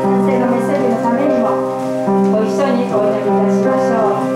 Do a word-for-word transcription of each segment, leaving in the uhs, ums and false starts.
先生のメッセージのためにもご一緒にお祈りいたしましょう。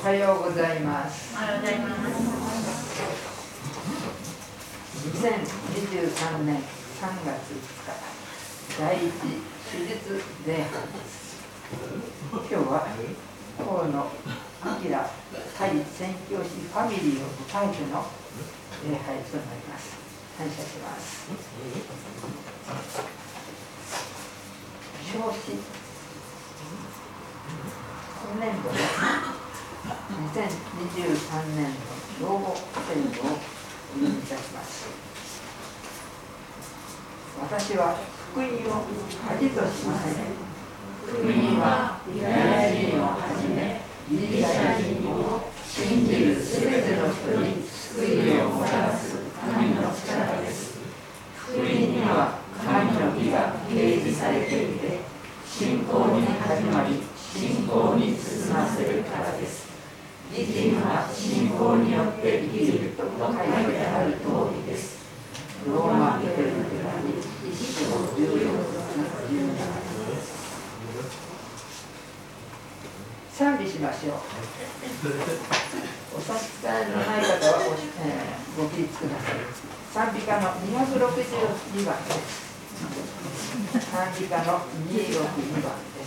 はようございます。 おはようございます。 にせんにじゅうさんねんさんがついつか第一手術礼拝です。今日は河野明対宣教師ファミリーを迎えての礼拝となります。感謝します。召子今年度のにせんにじゅうさんねんの兵庫宣言をお読みいたします。私は福音を恥としません。福音はユダヤ人をはじめギリシャ人を信じるすべての人に救いをもたらす神の力です。福音には神の義が掲示されていて、信仰に始まり信仰に進ませるからです。義人は信仰によって生きると書いてある通りです。ローマ人への手紙いち章じゅうよん節じゅうななです。賛美しましょう。お差し支えのない方は ご,、えー、ご起立ください。賛美歌のにひゃくろくじゅうにばんです。賛美歌のにひゃくろくじゅうにばんです。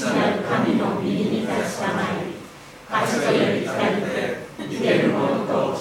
神の右に立ちたまえり、勝ちとより来たるて、生ける者と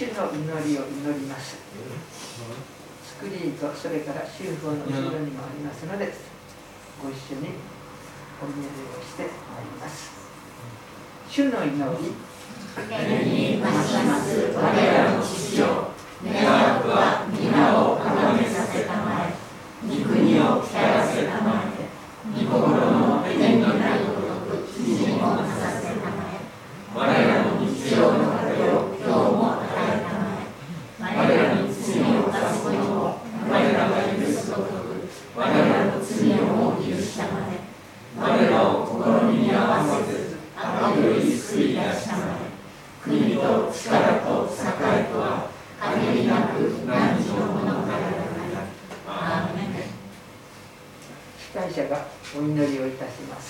主の祈りを祈ります。スクリーンとそれから修法の後ろにもありますので、ご一緒にお祈りをしてまいります。主の祈り。 天にまします我らの父よ、願わくは皆をあがめさせたまえ、御国を来らせたまえ、御心の天になるごとく地にもなさせたまえ、我らの日常の糧を今日も与えたまえ、我らに罪を犯す者を我らが許すごとく我らの罪をも許したまえ、我らを試みに合わせず悪より救い出したまえ、国と力と栄とは限りなく何日のものからだから。アーメン。 司会者がお祈りをいたします。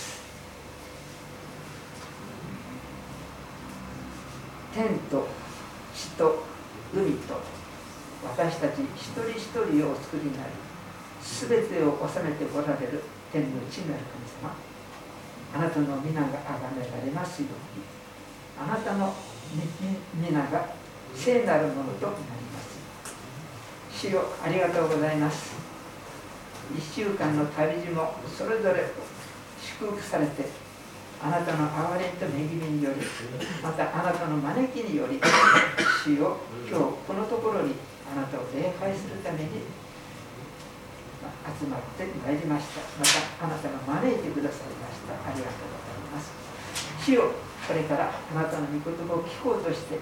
天と地と海と私たち一人一人をお作りになり、すべてを治めておられる天の地なる神様、あなたの皆が崇められますように、あなたの皆が聖なるものとなります。主よ、ありがとうございます。一週間の旅路もそれぞれ祝福されて、あなたの憐れみと恵みにより、またあなたの招きにより、主よ、今日このところにあなたを礼拝するために集まってまいりました。またあなたが招いてくださいました。ありがとうございます。主よ、これからあなたの御言葉を聞こうとして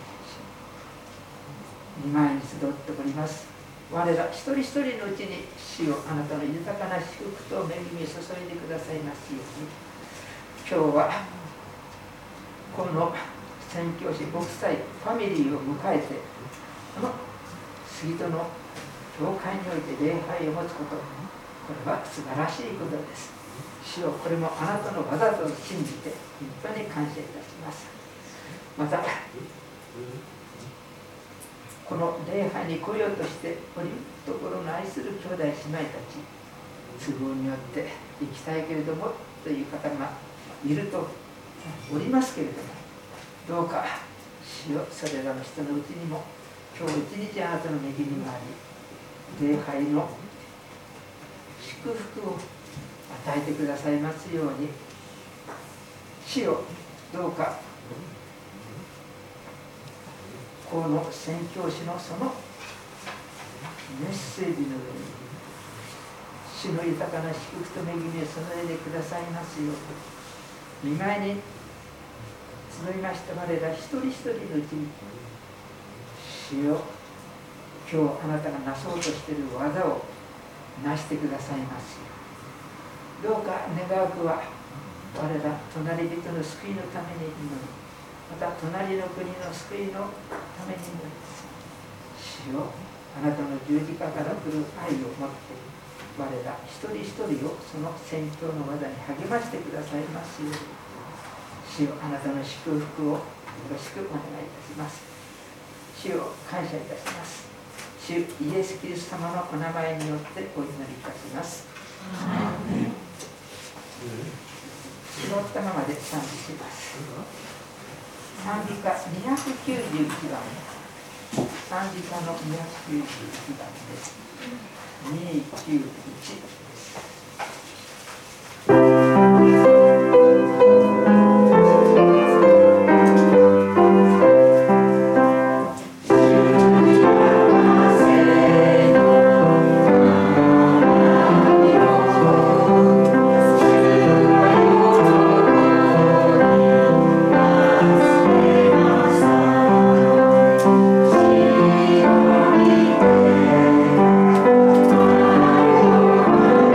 御前に集っております。我ら一人一人のうちに主よ、あなたの豊かな祝福と恵みを注いでくださいますように、今日はこの宣教師ご夫妻ファミリーを迎えて、この杉戸の教会において礼拝を持つこと、これは素晴らしいことです。主よ、これもあなたの技と信じて立派に感謝いたします。またこの礼拝に来ようとしておりところの愛する兄弟姉妹たち、都合によって行きたいけれどもという方がいるとおりますけれども、どうか主よ、それらの人のうちにも今日一日あなたの恵みがあり、礼拝の祝福を与えてくださいますように、主よ、どうかこの宣教師のそのメッセージの上に主の豊かな祝福と恵みを備えてくださいますように、御前に集いました我ら一人一人のうちに、主よ、今日あなたがなそうとしている技をなしてくださいますように、どうか願わくは我ら隣人の救いのために祈り、また隣の国の救いのために祈り、主よ、あなたの十字架から来る愛を持って我ら一人一人をその宣教の技に励ましてくださいますように、主よ、あなたの祝福をよろしくお願いいたします。主を感謝いたします。主イエス・キリスト様のお名前によってお祈りいたします。座ったままで賛美します。賛美歌にひゃくきゅうじゅういちばん、賛美歌のにひゃくきゅうじゅういちばんです。にひゃくきゅうじゅういち。 「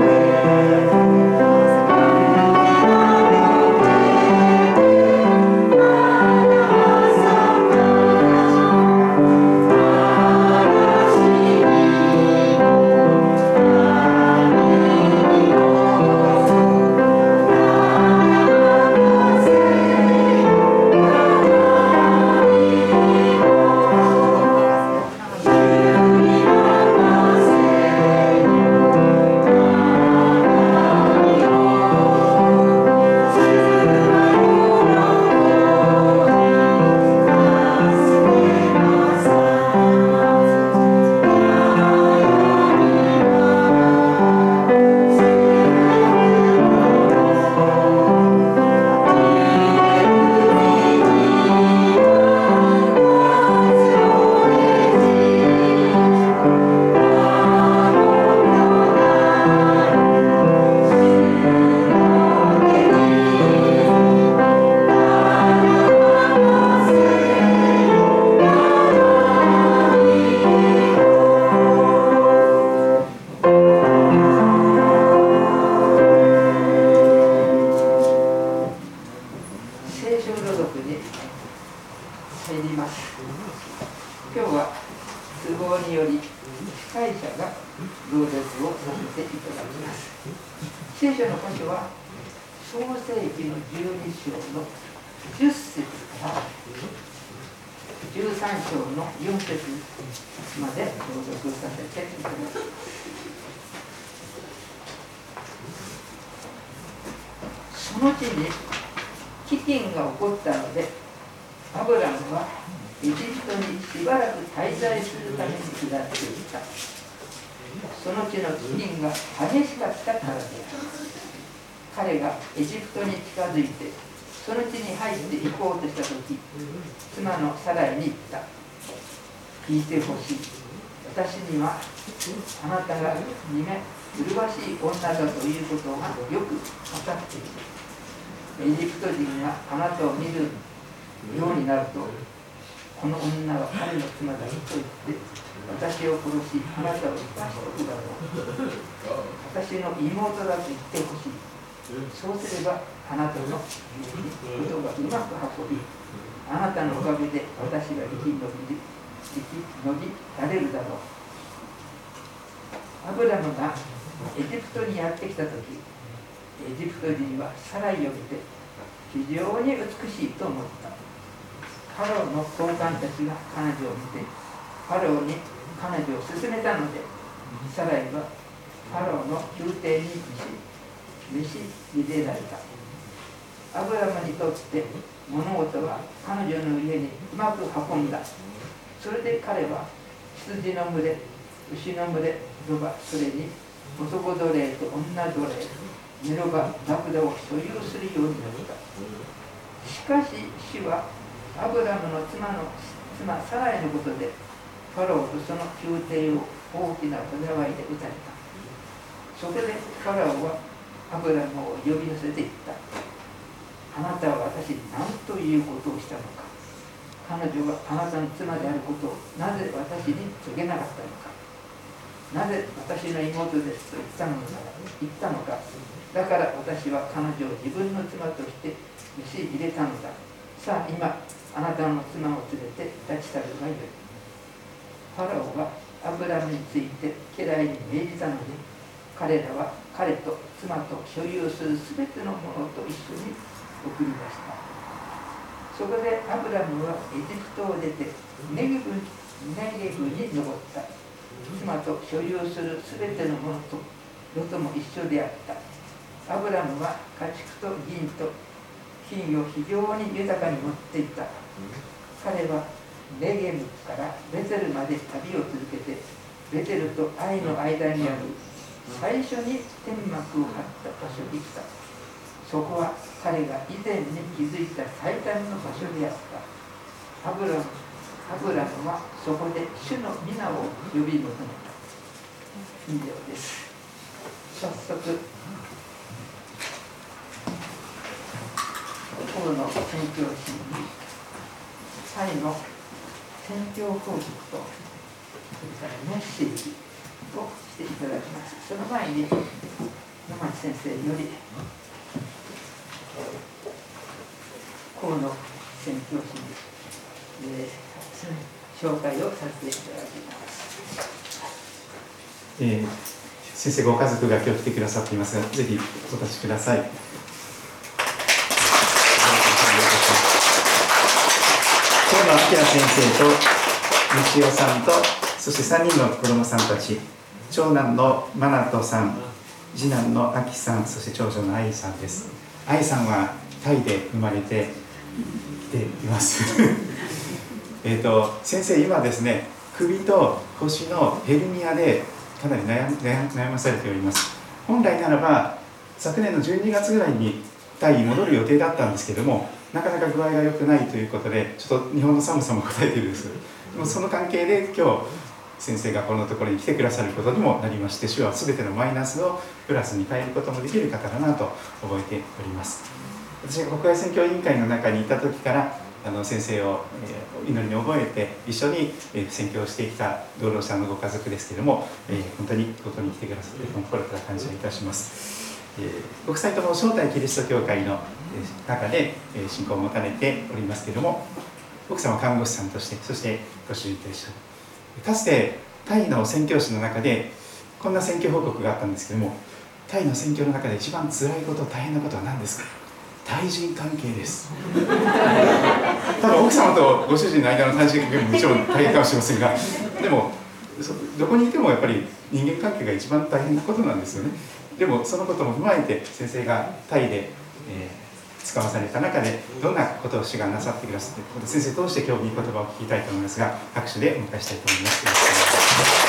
都合により司会者が朗読をさせていただきます。聖書の箇所は創世記のじゅうに章のじゅっ節からじゅうさん章のよん節まで朗読させていただきます。その地に飢饉が起こったので、アブラムはエジプトにしばらく滞在するために下っていた。その地の飢饉が激しかったからである。彼がエジプトに近づいて、その地に入って行こうとしたとき、妻のサライに言った。聞いてほしい。私にはあなたが見め麗しい女だということがよく分かっている。エジプト人があなたを見るようになると、この女は彼の妻だと言って私を殺し、あなたを生かしておくだろう。私の妹だと言ってほしい。そうすればあなたのことがうまく運び、あなたのおかげで私が生き延び生き延びられるだろう。アブラムがエジプトにやってきたとき、エジプト人はサライを見て非常に美しいと思った。ファローの高官たちが彼女を見て、ファローに彼女を勧めたので、サライはファローの宮廷に召し入れられた。アブラムにとって物事は彼女の家にうまく運んだ。それで彼は羊の群れ、牛の群れ、ロバ、それに男奴隷と女奴隷、ネロバ、ラクダを所有するようになった。しかし主はアブラムの妻の妻サライのことで、ファローとその宮廷を大きな災いで打たれた。そこでファラオはアブラムを呼び寄せていった。あなたは私に何ということをしたのか。彼女はあなたの妻であることをなぜ私に告げなかったのか。なぜ私の妹ですと言ったのか。言ったのか。だから私は彼女を自分の妻として召し入れたのだ。さあ今、あなたの妻を連れて立ち去るがよい。ファラオはアブラムについて家来に命じたので、彼らは彼と妻と所有するすべてのものと一緒に送り出した。そこでアブラムはエジプトを出てネゲブ、ネゲブに登った。妻と所有するすべてのものとロトも一緒であった。アブラムは家畜と銀と金を非常に豊かに持っていた。彼はネゲブからベテルまで旅を続けて、ベテルとアイの間にある最初に天幕を張った場所に来た。そこは彼が以前に築いた最短の場所であった。アブラム、アブラムはそこで主の皆を呼び求めた。以上です。早速、今日の宣教師にタイの宣教報告と、それからメッセージをしていただきます。その前に野町先生より河野宣教師に、えー、紹介をさせていただきます。 えー、先生ご家族が今日来てくださっていますが、ぜひお立ちください。河野明先生と西尾さんと、そしてさんにんの子供さんたち、長男のマナトさん、次男のアキさん、そして長女のアイさんです。アイさんはタイで生まれてきていますえと先生、今ですね、首と腰のヘルニアでかなり悩 悩, 悩まされております。本来ならば昨年のじゅうにがつぐらいにタイに戻る予定だったんですけれども、なかなか具合が良くないということで、ちょっと日本の寒さも応えているんです。でもその関係で今日先生がこのところに来てくださることにもなりまして、主は全てのマイナスをプラスに変えることもできる方だなと覚えております。私が国会選挙委員会の中にいた時からあの先生を、えー、祈りに覚えて一緒に、えー、宣教をしてきた同労者のご家族ですけれども、えー、本当にここに来てくださって心から感謝いたします。えー、ご夫妻とも招待キリスト教会の、えー、中で、えー、信仰を持たれておりますけれども、奥様は看護師さんとして、そしてご主人と一緒にかつてタイの宣教師の中でこんな宣教報告があったんですけども、タイの宣教の中で一番辛いこと、大変なことは何ですか？対人関係です。多分奥様とご主人の間の対人関係ももちろん大変かもしれませんが、でもどこにいてもやっぱり人間関係が一番大変なことなんですよね。でもそのことも踏まえて先生がタイで、えー、使わされた中でどんなことを主がなさってくださっていること、先生通して今日いい言葉を聞きたいと思いますが、拍手でお迎えしたいと思います。よろしくお願いします。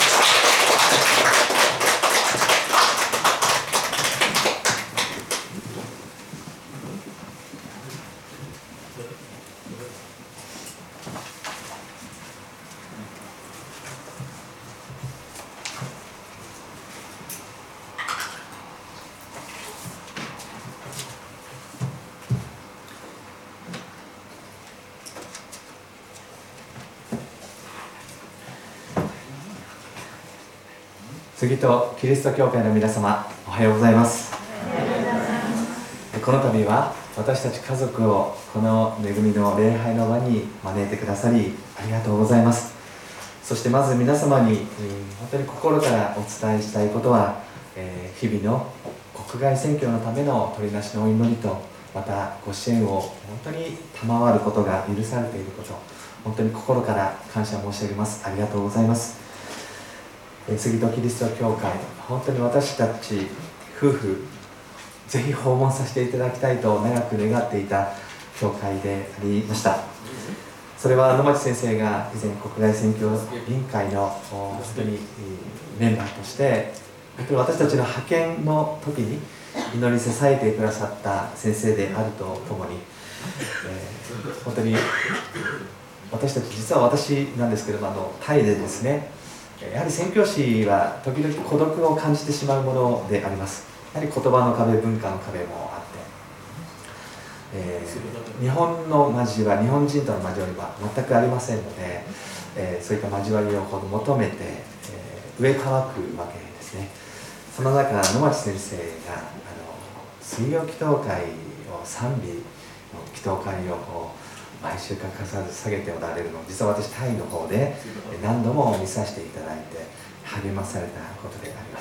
杉戸キリスト教会の皆様、おはようございます。この度は私たち家族をこの恵みの礼拝の場に招いてくださりありがとうございます。そしてまず皆様に、えー、本当に心からお伝えしたいことは、えー、日々の国外宣教のための取りなしのお祈りと、またご支援を本当に賜ることが許されていること、本当に心から感謝申し上げます。ありがとうございます。杉戸キリスト教会、本当に私たち夫婦ぜひ訪問させていただきたいと長く願っていた教会でありました。それは野町先生が以前国外宣教委員会の本当にメンバーとして本当に私たちの派遣の時に祈り支えてくださった先生であるとともに、えー、本当に私たち、実は私なんですけれども、あのタイでですね、やはり宣教師は時々孤独を感じてしまうものであります。やはり言葉の壁、文化の壁もあって、えー、日本の交わり、日本人との交わりは全くありませんので、えー、そういった交わりを求めて、えー、上乾くわけですね。その中、野町先生があの水曜祈祷会を賛美の祈祷会を毎週欠かさず下げておられるのを、実は私タイの方で何度も見させていただいて励まされたことであります。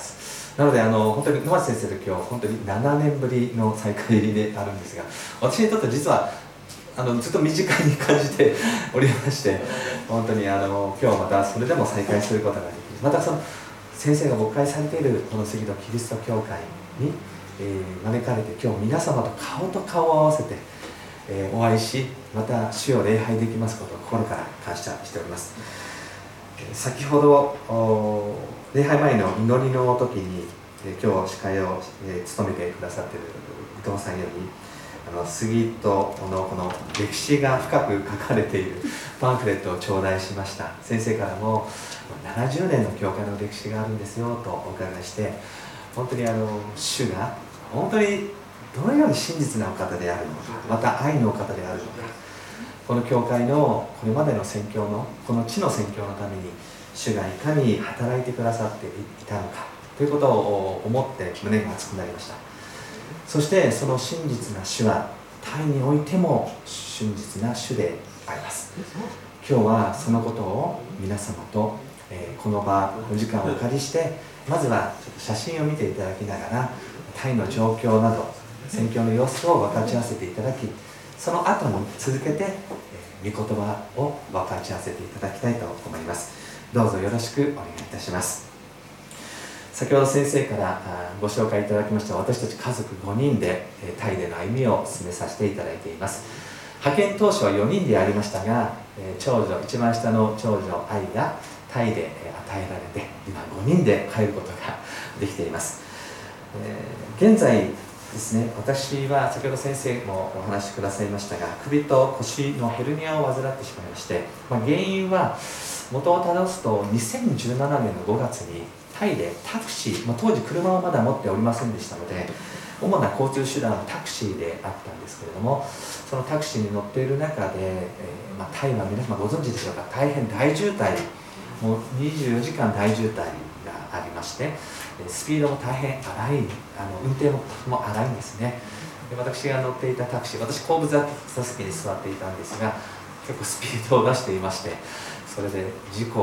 なのであの本当に野町先生と今日本当にななねんぶりの再会であるんですが、私にとって実はあのずっと身近に感じておりまして、本当にあの今日またそれでも再会することができる。またその先生が牧会されているこの杉戸キリスト教会に、えー、招かれて今日皆様と顔と顔を合わせてえー、お会いし、また主を礼拝できますことを心から感謝しております。先ほど礼拝前の祈りの時に、えー、今日司会を、えー、務めてくださっている伊藤さんよりあの杉戸のこの歴史が深く書かれているパンフレットを頂戴しました。先生からもななじゅうねんの教会の歴史があるんですよとお伺いして、本当にあの主が本当にどのように真実なお方であるのか、また愛のお方であるのか、この教会のこれまでの宣教のこの地の宣教のために主がいかに働いてくださっていたのかということを思って胸が熱くなりました。そしてその真実な主はタイにおいても真実な主であります。今日はそのことを皆様と、えー、この場お時間をお借りして、まずはちょっと写真を見ていただきながらタイの状況など宣教の様子を分かち合わせていただき、その後に続けて、えー、御言葉を分かち合わせていただきたいと思います。どうぞよろしくお願いいたします。先ほど先生からご紹介いただきました私たち家族ごにんでタイでの歩みを進めさせていただいています。派遣当初はよにんでありましたが、長女、一番下の長女愛がタイで与えられて今ごにんで帰ることができています。現在ですね、私は先ほど先生もお話しくださいましたが、首と腰のヘルニアを患ってしまいまして、まあ、原因は元をたどすとにせんじゅうななねんのごがつにタイでタクシー、まあ、当時車をまだ持っておりませんでしたので、主な交通手段はタクシーであったんですけれども、そのタクシーに乗っている中で、えーまあ、タイは皆様ご存知でしょうか、大変大渋滞、もうにじゅうよじかん大渋滞がありまして、スピードも大変荒い、あの運転もとても荒いんですね。で私が乗っていたタクシー、私後部座席に座っていたんですが、結構スピードを出していまして、それで事故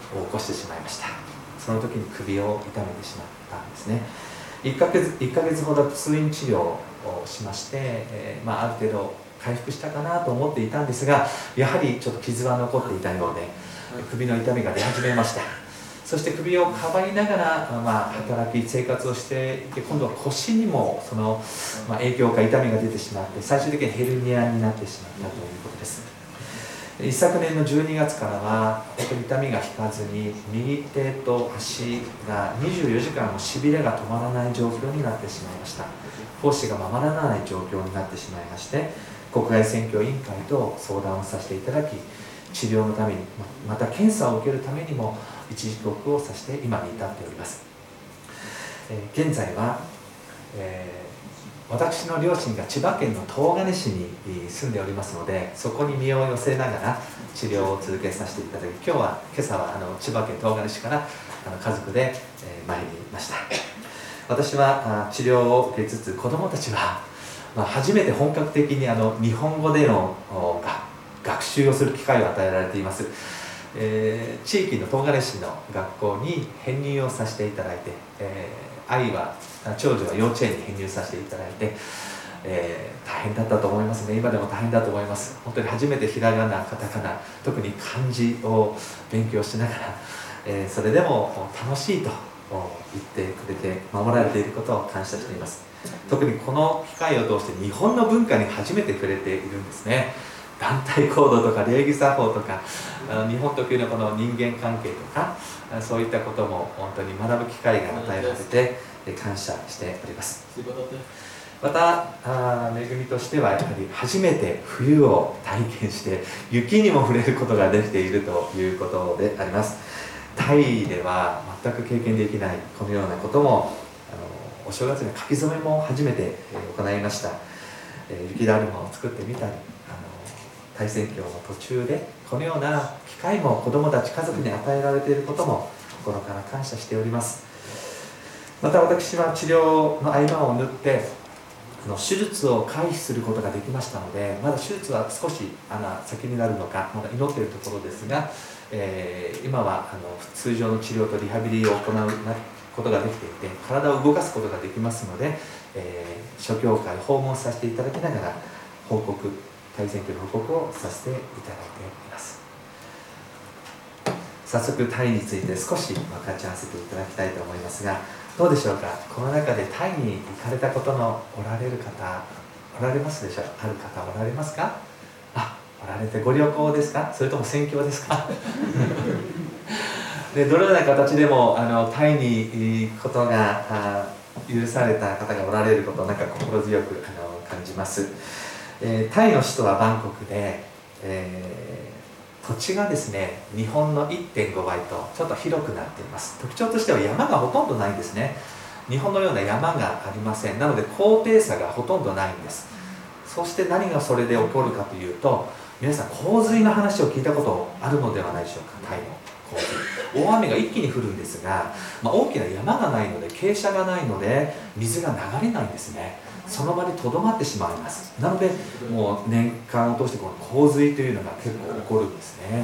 起こしてしまいました。その時に首を痛めてしまったんですね。いっかげつ、いっかげつほど通院治療をしまして、えーまあ、ある程度回復したかなと思っていたんですが、やはりちょっと傷は残っていたようで、首の痛みが出始めました。そして首をかばいながら、まあ、働き生活をしていて、今度は腰にもその、まあ、影響か痛みが出てしまって、最終的にヘルニアになってしまったということです。一昨年のじゅうにがつからは本当に痛みが引かずに、右手と足がにじゅうよじかんもしびれが止まらない状況になってしまいました。胞子がままならない状況になってしまいまして、国外選挙委員会と相談をさせていただき、治療のために、また検査を受けるためにも一時帰国をさせて今に至っております。えー、現在は、えー私の両親が千葉県の東金市に住んでおりますので、そこに身を寄せながら治療を続けさせていただき、今日は今朝はあの千葉県東金市からあの家族で、えー、参りました。私はあ治療を受けつつ、子どもたちは、まあ、初めて本格的にあの日本語でのが学習をする機会を与えられています。えー、地域の東金市の学校に編入をさせていただいて、えー愛は長女は幼稚園に編入させていただいて、えー、大変だったと思いますね。今でも大変だと思います。本当に初めてひらがな、カタカナ、特に漢字を勉強しながら、えー、それでも楽しいと言ってくれて守られていることを感謝しています。特にこの機会を通して日本の文化に初めて触れているんですね。団体行動とか礼儀作法とか、日本特有のこの人間関係とか、そういったことも本当に学ぶ機会が与えられて感謝しております。また恵みとしてはやはり初めて冬を体験して雪にも触れることができているということであります。タイでは全く経験できないこのようなことも、あのお正月に書き初めも初めて行いました。雪だるまを作ってみたり、大宣教の途中でこのような機会も子どもたち家族に与えられていることも心から感謝しております。また私は治療の合間を縫ってあの手術を回避することができましたので、まだ手術は少しあの先になるのかまだ祈っているところですが、えー、今はあの通常の治療とリハビリを行うことができていて、体を動かすことができますので、えー、諸教会訪問させていただきながら報告大宣教の報告をさせていただいています。早速タイについて少し分かち合わせていただきたいと思いますが、どうでしょうか。この中でタイに行かれたことのおられる方おられますでしょう。ある方おられますか。あ、おられてご旅行ですか、それとも宣教ですかでどのような形でもあのタイに行くことが許された方がおられることをなんか心強くあの感じます。えー、タイの首都はバンコクで、えー、土地がですね日本の いってんご 倍とちょっと広くなっています。特徴としては山がほとんどないんですね。日本のような山がありません。なので高低差がほとんどないんです。そして何がそれで起こるかというと、皆さん洪水の話を聞いたことあるのではないでしょうか。タイの洪水、大雨が一気に降るんですが、まあ、大きな山がないので傾斜がないので水が流れないんですね。その場にとどまってしまいます。なのでもう年間を通してこの洪水というのが結構起こるんですね。はい、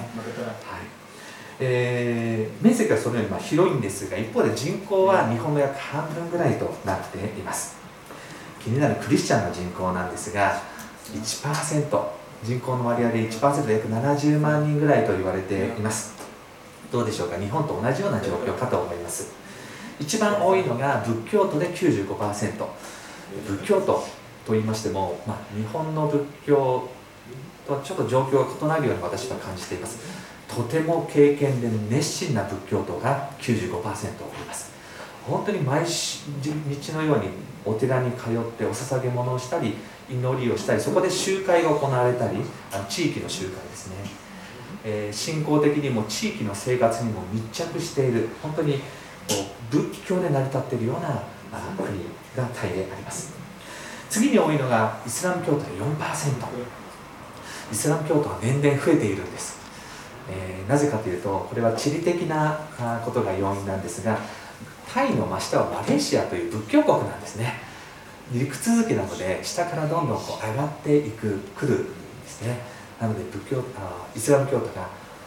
えー、面積はそのようにまあ広いんですが、一方で人口は日本の約半分ぐらいとなっています。気になるクリスチャンの人口なんですが いちパーセント、 人口の割合で いちパーセント で約ななじゅうまんにんぐらいと言われています。どうでしょうか。日本と同じような状況かと思います。一番多いのが仏教徒で きゅうじゅうごパーセント。仏教徒と言いましても、まあ、日本の仏教とはちょっと状況が異なるように私は感じています。とても敬虔で熱心な仏教徒が きゅうじゅうごパーセント います。本当に毎日のようにお寺に通ってお捧げ物をしたり祈りをしたり、そこで集会が行われたり、あの地域の集会ですね、えー、信仰的にも地域の生活にも密着している、本当にこう仏教で成り立っているような国がタイであります。次に多いのがイスラム教徒で よんパーセント。 イスラム教徒は年々増えているんです。えー、なぜかというと、これは地理的なことが要因なんですが、タイの真下はマレーシアという仏教国なんですね。陸続きなので下からどんどんこう上がっていくくるんですね。なので仏教あイスラム教徒が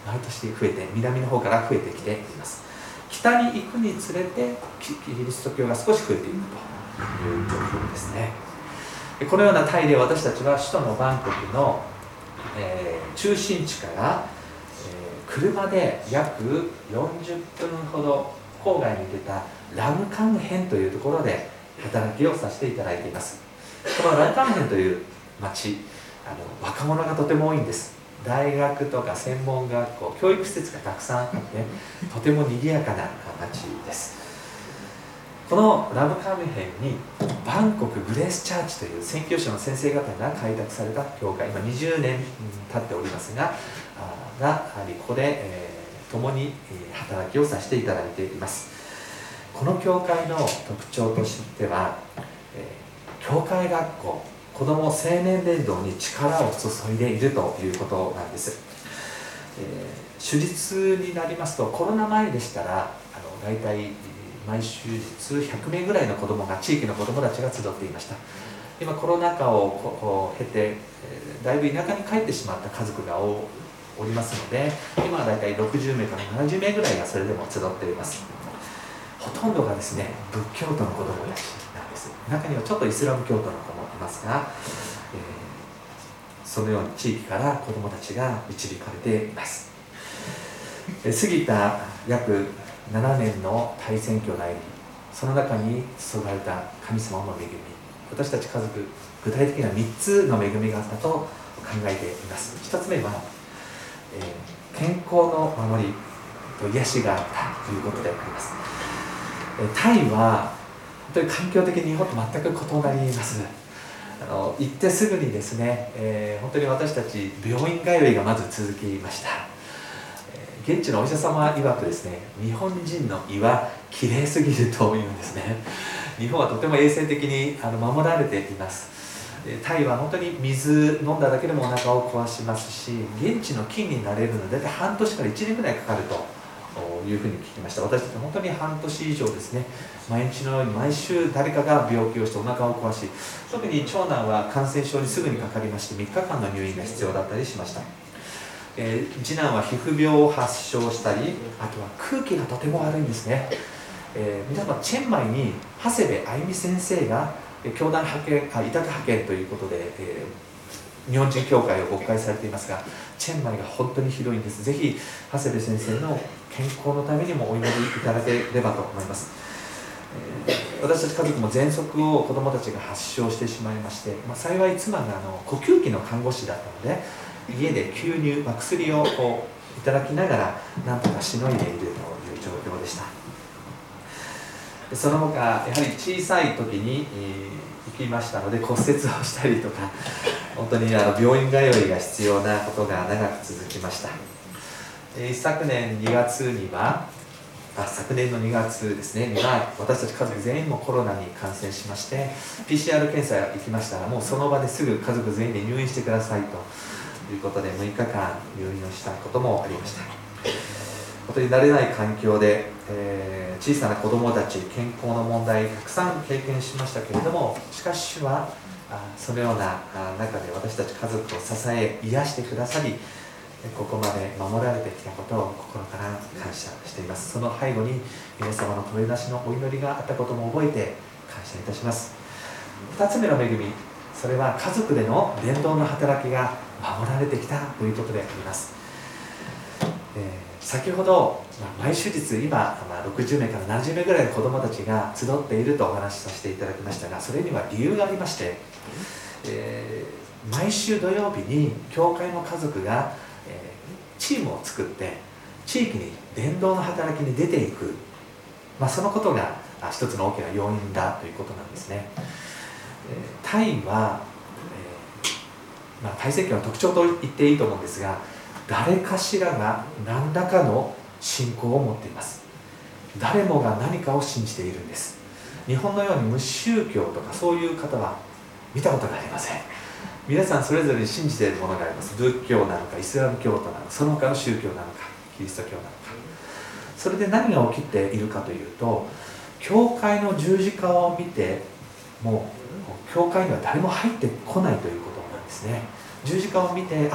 毎年増えて、南の方から増えてきています。北に行くにつれてキリスト教が少し増えていくという状況ですね。このようなタイで私たちは首都のバンコクの、えー、中心地から、えー、車で約よんじゅっぷんほど郊外に出たラムカンヘンというところで働きをさせていただいています。このラムカンヘンという町、あの若者がとても多いんです。大学とか専門学校、教育施設がたくさんあって、とても賑やかな町です。このラムカンヘンにバンコクグレースチャーチという宣教師の先生方が開拓された教会、今にじゅうねん経っておりますが、がここで、えー、共に働きをさせていただいています。この教会の特徴としては、えー、教会学校、子ども青年伝道に力を注いでいるということなんです。えー、主日になりますと、コロナ前でしたらあの大体毎週日ひゃくめいぐらいの子どもが、地域の子どもたちが集っていました。今コロナ禍をこう経て、えー、だいぶ田舎に帰ってしまった家族が お, おりますので、今は大体ろくじゅうめいからななじゅうめいぐらいがそれでも集っています。ほとんどがですね、仏教徒の子どもたちなんです。中にはちょっとイスラム教徒の子もいますが、えー、そのように地域から子どもたちが導かれています。えー、過ぎた約ななねんの大宣教の歩み、その中に注がれた神様の恵み、私たち家族、具体的にはみっつの恵みがあったと考えています。ひとつめは、えー、健康の守りと癒しがあったということであります。えー、タイは本当に環境的に日本と全く異なります。あの行ってすぐにですね、えー、本当に私たち病院通いがまず続きました。現地のお医者様曰くですね、日本人の胃はきれいすぎるというんですね。日本はとても衛生的にあの守られています。タイは本当に水飲んだだけでもお腹を壊しますし、現地の菌になれるので大体半年からいちねんぐらいかかるというふうに聞きました。私たち本当に半年以上ですね、毎日のように毎週誰かが病気をしてお腹を壊し、特に長男は感染症にすぐにかかりましてみっかかんの入院が必要だったりしました。えー、次男は皮膚病を発症したり、あとは空気がとても悪いんですね。えー、皆さん、チェンマイに長谷部愛美先生が教団派遣、あ委託派遣ということで、えー、日本人教会を牧会されていますが、チェンマイが本当に広いんです。ぜひ長谷部先生の健康のためにもお祈りいただければと思います。えー、私たち家族も喘息を子どもたちが発症してしまいまして、まあ、幸い妻があの呼吸器の看護師だったので、家で吸入、まあ、薬をこういただきながらなんとかしのいでいるという状況でした。その他やはり小さい時に、えー、行きましたので骨折をしたりとか、本当にあの病院通いが必要なことが長く続きました。えー、一昨年にがつにはあ昨年のにがつですねには私たち家族全員もコロナに感染しまして ピーシーアール 検査行きましたら、もうその場ですぐ家族全員で入院してくださいとということでむいかかん入院をしたこともありました。本当に慣れない環境で、えー、小さな子どもたち、健康の問題たくさん経験しましたけれども、しかし主はあそのような中で私たち家族を支え癒してくださり、ここまで守られてきたことを心から感謝しています。その背後に皆様の声出しのお祈りがあったことも覚えて感謝いたします。ふたつめの恵み、それは家族での伝道の働きが守られてきたということであります。えー、先ほど、まあ、毎週日今、まあ、ろくじゅうめいからななじゅうめいぐらいの子どもたちが集っているとお話しさせていただきましたが、それには理由がありまして、えー、毎週土曜日に教会の家族が、えー、チームを作って地域に伝道の働きに出ていく、まあ、そのことが一つの大きな要因だということなんですね。えー、タイはまあ、タイ宣教の特徴と言っていいと思うんですが、誰かしらが何らかの信仰を持っています。誰もが何かを信じているんです。日本のように無宗教とかそういう方は見たことがありません。皆さんそれぞれ信じているものがあります。仏教なのかイスラム教徒なのか、その他の宗教なのかキリスト教なのか。それで何が起きているかというと、教会の十字架を見ても教会には誰も入ってこないということですね。十字架を見て、あ、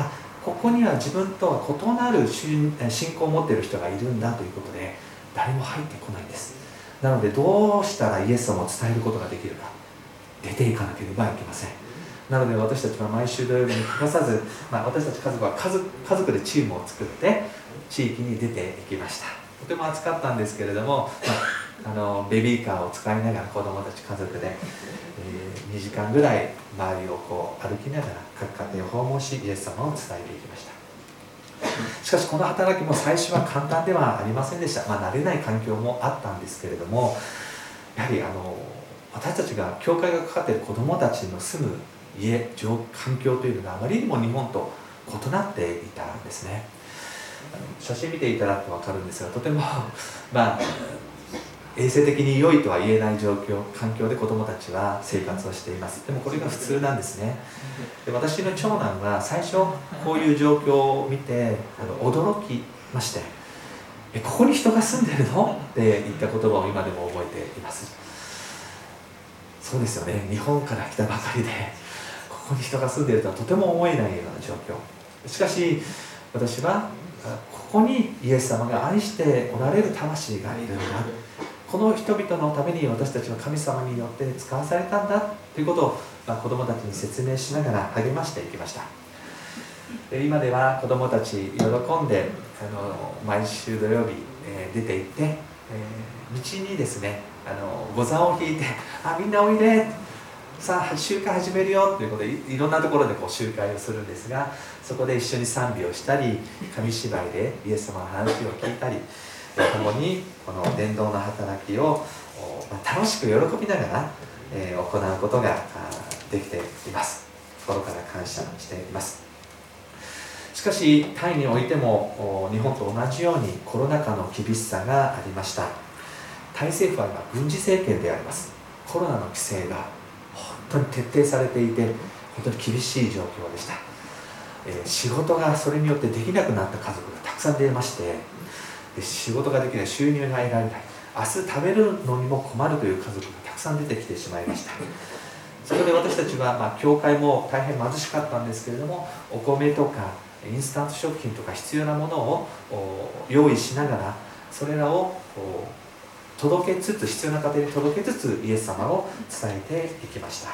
ここには自分とは異なる信仰を持っている人がいるんだということで誰も入ってこないんです。なのでどうしたらイエス様を伝えることができるか、出ていかなければいけません。なので私たちは毎週土曜日に欠かさず、まあ、私たち家族は家族、家族でチームを作って地域に出ていきました。とても暑かったんですけれども、まあ、あのベビーカーを使いながら子どもたち家族で、えー、にじかんぐらい周りをこう歩きながら各家庭を訪問しイエス様を伝えていきました。しかしこの働きも最初は簡単ではありませんでした。まあ、慣れない環境もあったんですけれども、やはりあの私たちが教会がかかっている子どもたちの住む家、環境というのがあまりにも日本と異なっていたんですね。写真見ていただくと分かるんですが、とてもまあ衛生的に良いとは言えない状況、環境で子どもたちは生活をしています。でもこれが普通なんですね。で、私の長男は最初こういう状況を見てあの驚きまして、えここに人が住んでるのって言った言葉を今でも覚えています。そうですよね、日本から来たばかりでここに人が住んでいるとはとても思えないような状況。しかし私はここにイエス様が愛しておられる魂がいるんだ、この人々のために私たちは神様によって使わされたんだということを、まあ、子どもたちに説明しながら励ましていきました。今では子どもたち喜んであの毎週土曜日、えー、出て行って、えー、道にですねあの御座を引いて「あみんなおいで」さあ集会始めるよということで い, いろんなところでこう集会をするんですが、そこで一緒に賛美をしたり紙芝居でイエス様の話を聞いたり、共にこの伝道の働きを、まあ、楽しく喜びながら、えー、行うことができています。心から感謝しています。しかしタイにおいても日本と同じようにコロナ禍の厳しさがありました。タイ政府は今軍事政権であります。コロナの規制が本当に徹底されていて本当に厳しい状況でした。えー、仕事がそれによってできなくなった家族がたくさん出まして、で仕事ができない、収入が得られない、明日食べるのにも困るという家族がたくさん出てきてしまいました。そこで私たちは、まあ、教会も大変貧しかったんですけれども、お米とかインスタント食品とか必要なものを用意しながらそれらを届けつつ、必要な家庭に届けつつイエス様を伝えていきました。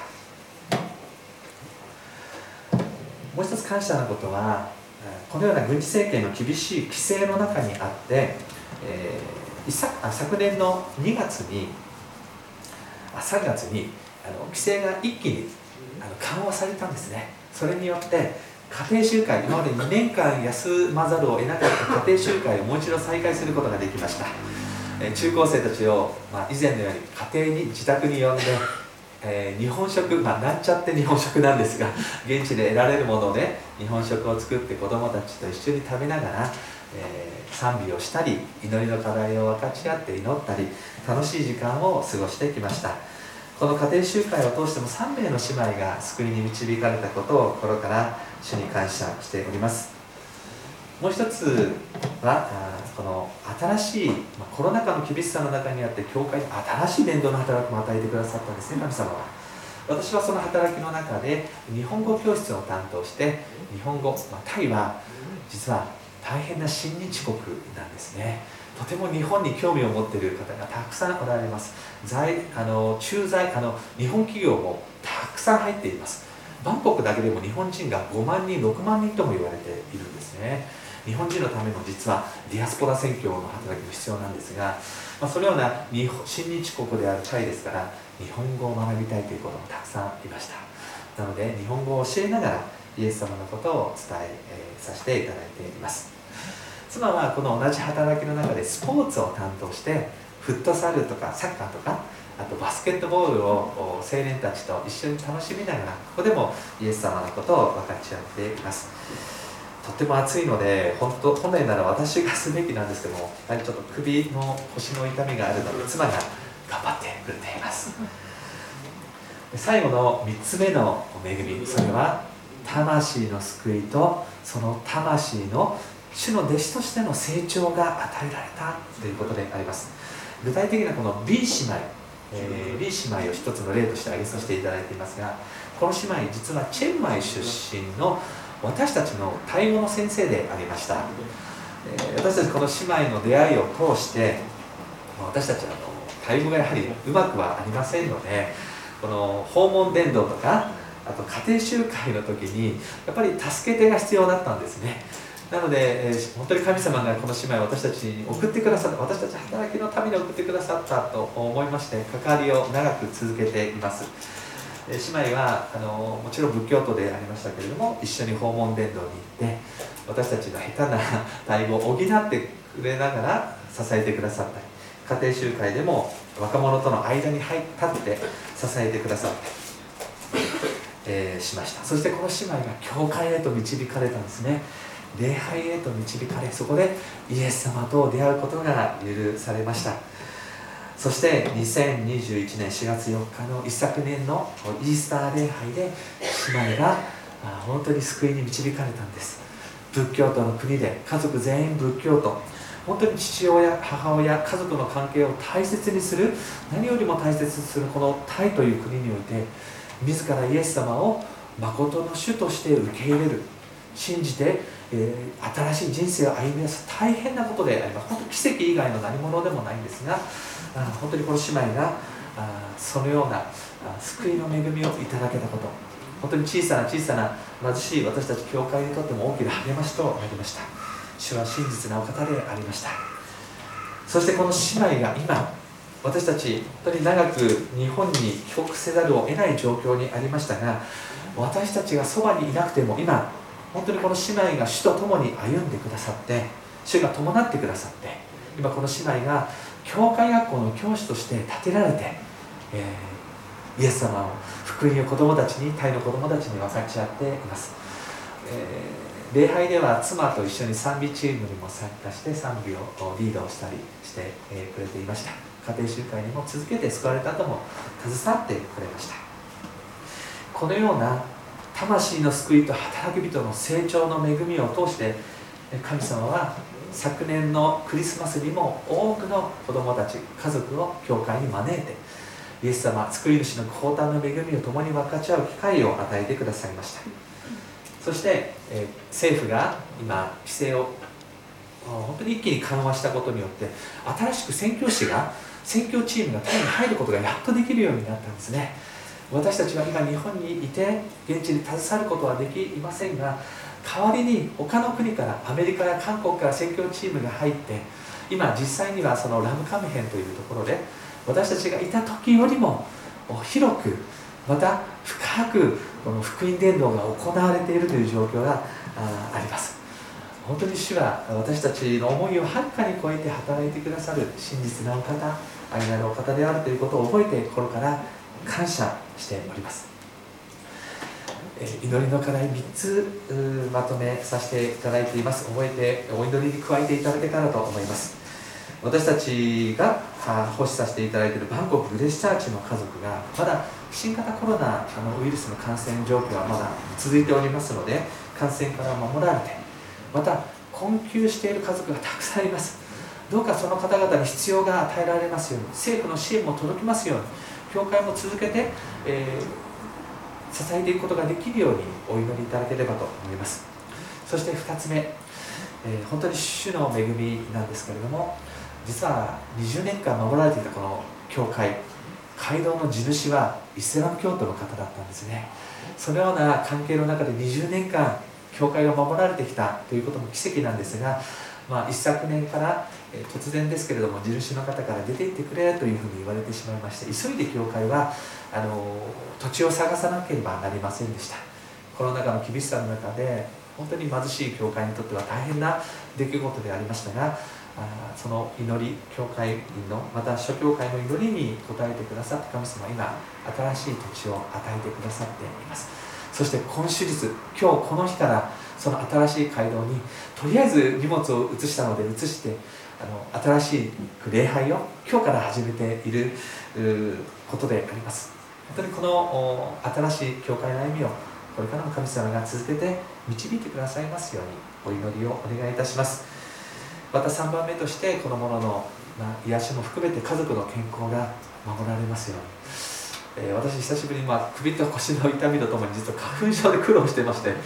もう一つ感謝なことは、このような軍事政権の厳しい規制の中にあって、えー、昨年のにがつにあさんがつにあの規制が一気にあの緩和されたんですね。それによって家庭集会、今までにねんかん休まざるを得なかった家庭集会をもう一度再開することができました。えー、中高生たちを、まあ、以前のように家庭に自宅に呼んで、えー、日本食、まあ、なんちゃって日本食なんですが、現地で得られるもので日本食を作って子どもたちと一緒に食べながら、えー、賛美をしたり祈りの課題を分かち合って祈ったり楽しい時間を過ごしてきました。この家庭集会を通してもさんめいの姉妹が救いに導かれたことを心から主に感謝しております。もう一つはこの新しいコロナ禍の厳しさの中にあって教会に新しい伝道の働きも与えてくださったんですね、神様は。私はその働きの中で日本語教室を担当して日本語、まあ、タイは実は大変な親日国なんですね。とても日本に興味を持っている方がたくさんおられます。在あの駐在あの日本企業もたくさん入っています。バンコクだけでも日本人がごまんにんろくまんにんとも言われているんですね。日本人のための実はディアスポラ宣教の働きも必要なんですが、まあ、そのような日本親日国であるタイですから日本語を学びたいということもたくさんいました。なので日本語を教えながらイエス様のことを伝ええー、させていただいています。妻はこの同じ働きの中でスポーツを担当してフットサルとかサッカーとかあとバスケットボールを青年たちと一緒に楽しみながらここでもイエス様のことを分かち合っています。とっても暑いので本当本来なら私がすべきなんですけども、やはりちょっと首の腰の痛みがあるので妻が頑張ってくれています。最後のみっつめの恵み、それは魂の救いとその魂の主の弟子としての成長が与えられたということであります。具体的なこの B 姉妹、えー、B 姉妹を一つの例として挙げさせていただいていますが、この姉妹実はチェンマイ出身の私たちのタイ語の先生でありました。えー、私たちこの姉妹の出会いを通して私たちはあのタイ語がやはりうまくはありませんので、この訪問伝道とかあと家庭集会の時にやっぱり助け手が必要だったんですね。なので、えー、本当に神様がこの姉妹を私たちに送ってくださった、私たち働きのために送ってくださったと思いまして、関わりを長く続けています。えー、姉妹はあのもちろん仏教徒でありましたけれども、一緒に訪問伝道に行って私たちの下手なタイ語を補ってくれながら支えてくださったり、家庭集会でも若者との間に入立って支えてくださったり、えー、しました。そしてこの姉妹が教会へと導かれたんですね。礼拝へと導かれ、そこでイエス様と出会うことが許されました。そしてにせんにじゅういちねんしがつよっかの一昨年のイースター礼拝で姉妹が本当に救いに導かれたんです。仏教徒の国で家族全員仏教徒、本当に父親、母親、家族の関係を大切にする、何よりも大切にするこのタイという国において、自らイエス様を誠の主として受け入れる、信じて、えー、新しい人生を歩み出す大変なことであります。本当に奇跡以外の何者でもないんですが、あ本当にこの姉妹があそのようなあ救いの恵みをいただけたこと、本当に小さな小さな貧しい私たち教会にとっても大きな励ましとなりました。主は真実なお方でありました。そしてこの姉妹が今、私たち本当に長く日本に帰国せざるを得ない状況にありましたが、私たちがそばにいなくても今本当にこの姉妹が主と共に歩んでくださって、主が伴ってくださって、今この姉妹が教会学校の教師として立てられて、えー、イエス様を福音を子供たちに、タイの子供たちに分かち合っています。えー、礼拝では妻と一緒に賛美チームにも参加して賛美をリードをしたりして、えー、くれていました。家庭集会にも続けて救われた後も携わってくれました。このような魂の救いと働き人の成長の恵みを通して、神様は昨年のクリスマスにも多くの子供たち、家族を教会に招いて、イエス様、救い主の降誕の恵みを共に分かち合う機会を与えてくださいました。そして、えー、政府が今規制を本当に一気に緩和したことによって、新しく宣教師が宣教チームがタイに入ることがやっとできるようになったんですね。私たちは今日本にいて現地に携わることはできませんが、代わりに他の国から、アメリカや韓国から宣教チームが入って、今実際にはそのラムカムヘンというところで私たちがいた時よりも広く、また深くこの福音伝道が行われているという状況が あ, あります。本当に主は私たちの思いをはるかに超えて働いてくださる真実なお方、愛なるお方であるということを覚えて心から感謝しております。祈りの課題みっつまとめさせていただいています。覚えてお祈りに加えていただけたらと思います。私たちが奉仕させていただいているバンコクグレスチャーチの家族がまだ新型コロナウイルスの感染状況はまだ続いておりますので、感染から守られて、また困窮している家族がたくさんいます。どうかその方々に必要が与えられますように、政府の支援も届きますように、教会も続けて、えー、支えていくことができるようにお祈りいただければと思います。そしてふたつめ、えー、本当に主の恵みなんですけれども、実はにじゅうねんかん守られていたこの教会、街道の地主はイスラム教徒の方だったんですね。そのような関係の中でにじゅうねんかん教会が守られてきたということも奇跡なんですが、まあ、一昨年から、えー、突然ですけれども地主の方から出て行ってくれというふうに言われてしまいまして、急いで教会はあの土地を探さなければなりませんでした。コロナ禍の厳しさの中で本当に貧しい教会にとっては大変な出来事でありましたが、あその祈り、教会員のまた諸教会の祈りに応えてくださって神様は今新しい土地を与えてくださっています。そして今週日、今日この日からその新しい街道にとりあえず荷物を移したので移してあの新しい礼拝を今日から始めていることであります。本当にこの新しい教会の歩みをこれからも神様が続けて導いてくださいますようにお祈りをお願いいたします。またさんばんめとしてこの者の、まあ、癒しも含めて家族の健康が守られますように、えー、私久しぶりに、まあ、首と腰の痛みとともに実は花粉症で苦労してまして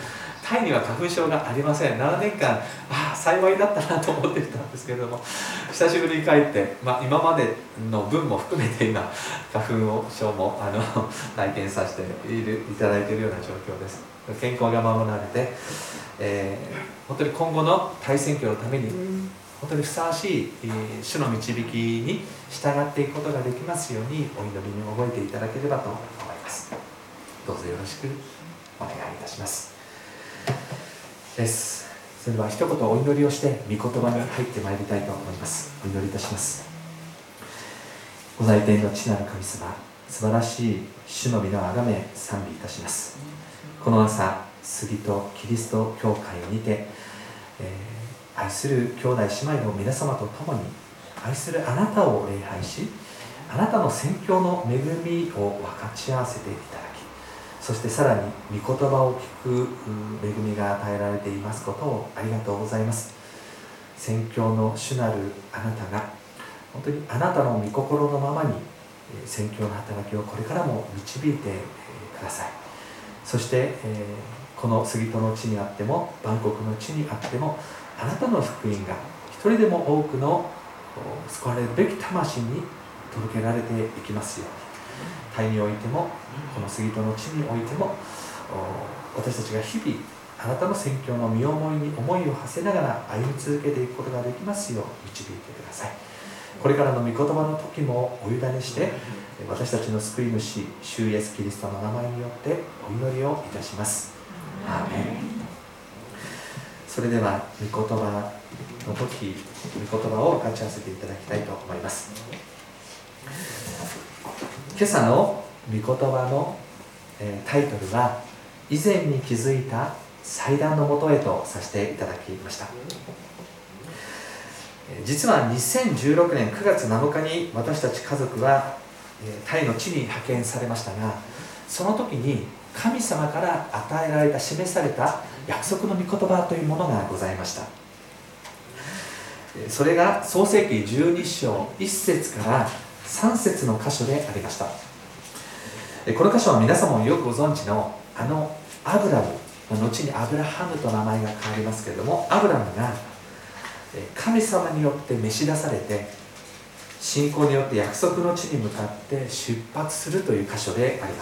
タイには花粉症がありません。ななねんかん、ああ幸いだったなと思ってたんですけれども、久しぶりに帰って、まあ、今までの分も含めて今花粉症もあの体験させているいただいているような状況です。健康が守られて、えー、本当に今後の大選挙のために本当にふさわしい、えー、主の導きに従っていくことができますようにお祈りに覚えていただければと思います。どうぞよろしくお願いいたしますです。それでは一言お祈りをして御言葉に入ってまいりたいと思います。お祈りいたします。ご在天の父なる神様、素晴らしい主の御名をあがめ賛美いたします。この朝、杉戸キリスト教会にて、えー、愛する兄弟姉妹の皆様と共に愛するあなたを礼拝し、あなたの宣教の恵みを分かち合わせていただき、そしてさらに御言葉を聞く恵みが与えられていますことをありがとうございます。宣教の主なるあなたが本当にあなたの御心のままに宣教の働きをこれからも導いてください。そして、えー、この杉戸の地にあっても万国の地にあってもあなたの福音が一人でも多くの救われるべき魂に届けられていきますように、タイにおいてもこの杉戸の地においても私たちが日々あなたの宣教の身思いに思いを馳せながら歩み続けていくことができますよう導いてください。これからの御言葉の時もお委ねして私たちの救い主主イエスキリストの名前によってお祈りをいたします。アーメン。それでは御言葉の時、御言葉を分かち合わせていただきたいと思います。今朝の御言葉の、えー、タイトルは以前に築いた祭壇のもとへとさせていただきました。実はにせんじゅうろくねんくがつなのかに私たち家族はタイの地に派遣されましたが、その時に神様から与えられた示された約束の御言葉というものがございました。それが創世記じゅうに章いっ節からさん節の箇所でありました。この箇所は皆様もよくご存知のあのアブラム、後にアブラハムと名前が変わりますけれども、アブラムが神様によって召し出されて信仰によって約束の地に向かって出発するという箇所であります。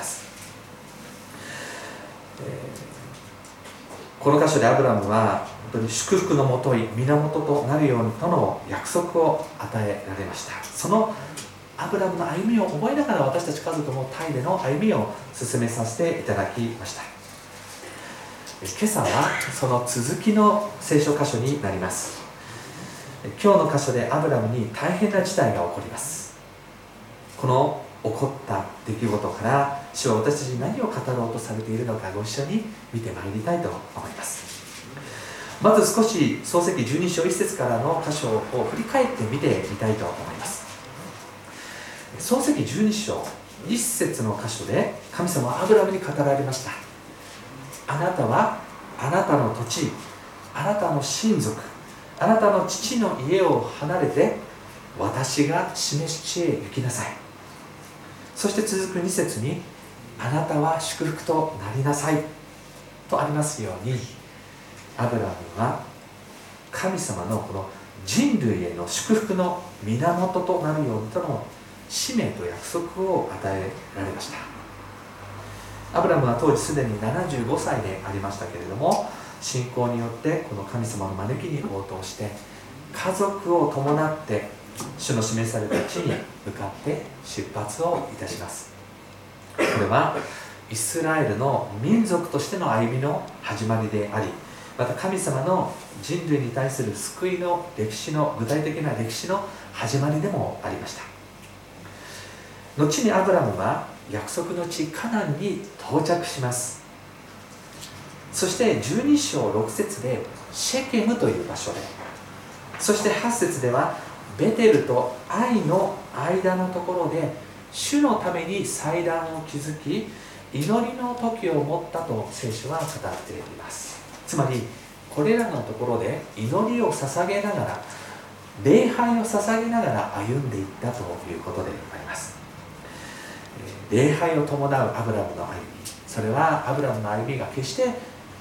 この箇所でアブラムは本当に祝福のもとい源となるようにとの約束を与えられました。そのアブラムの歩みを覚えながら私たち家族もタイでの歩みを進めさせていただきました。今朝はその続きの聖書箇所になります。今日の箇所でアブラムに大変な事態が起こります。この起こった出来事から主は私たちに何を語ろうとされているのかご一緒に見てまいりたいと思います。まず少し創世記じゅうに章いっ節からの箇所を振り返って見てみたいと思います。創世記じゅうに章いっ節の箇所で神様はアブラムに語られました。あなたはあなたの土地、あなたの親族、あなたの父の家を離れて私が示す地へ行きなさい。そして続くに節にあなたは祝福となりなさいとありますように、アブラムは神様のこの人類への祝福の源となるようにとの使命と約束を与えられました。アブラムは当時すでにななじゅうごさいでありましたけれども、信仰によってこの神様の招きに応答して家族を伴って主の示された地に向かって出発をいたします。これはイスラエルの民族としての歩みの始まりであり、また神様の人類に対する救いの歴史の具体的な歴史の始まりでもありました。後にアブラムは約束の地カナンに到着します。そしてじゅうに章ろく節でシェケムという場所で、そしてはち節ではベテルとアイの間のところで主のために祭壇を築き祈りの時を持ったと聖書は語っています。つまりこれらのところで祈りを捧げながら礼拝を捧げながら歩んでいったということであります。礼拝を伴うアブラムの歩み、それはアブラムの歩みが決して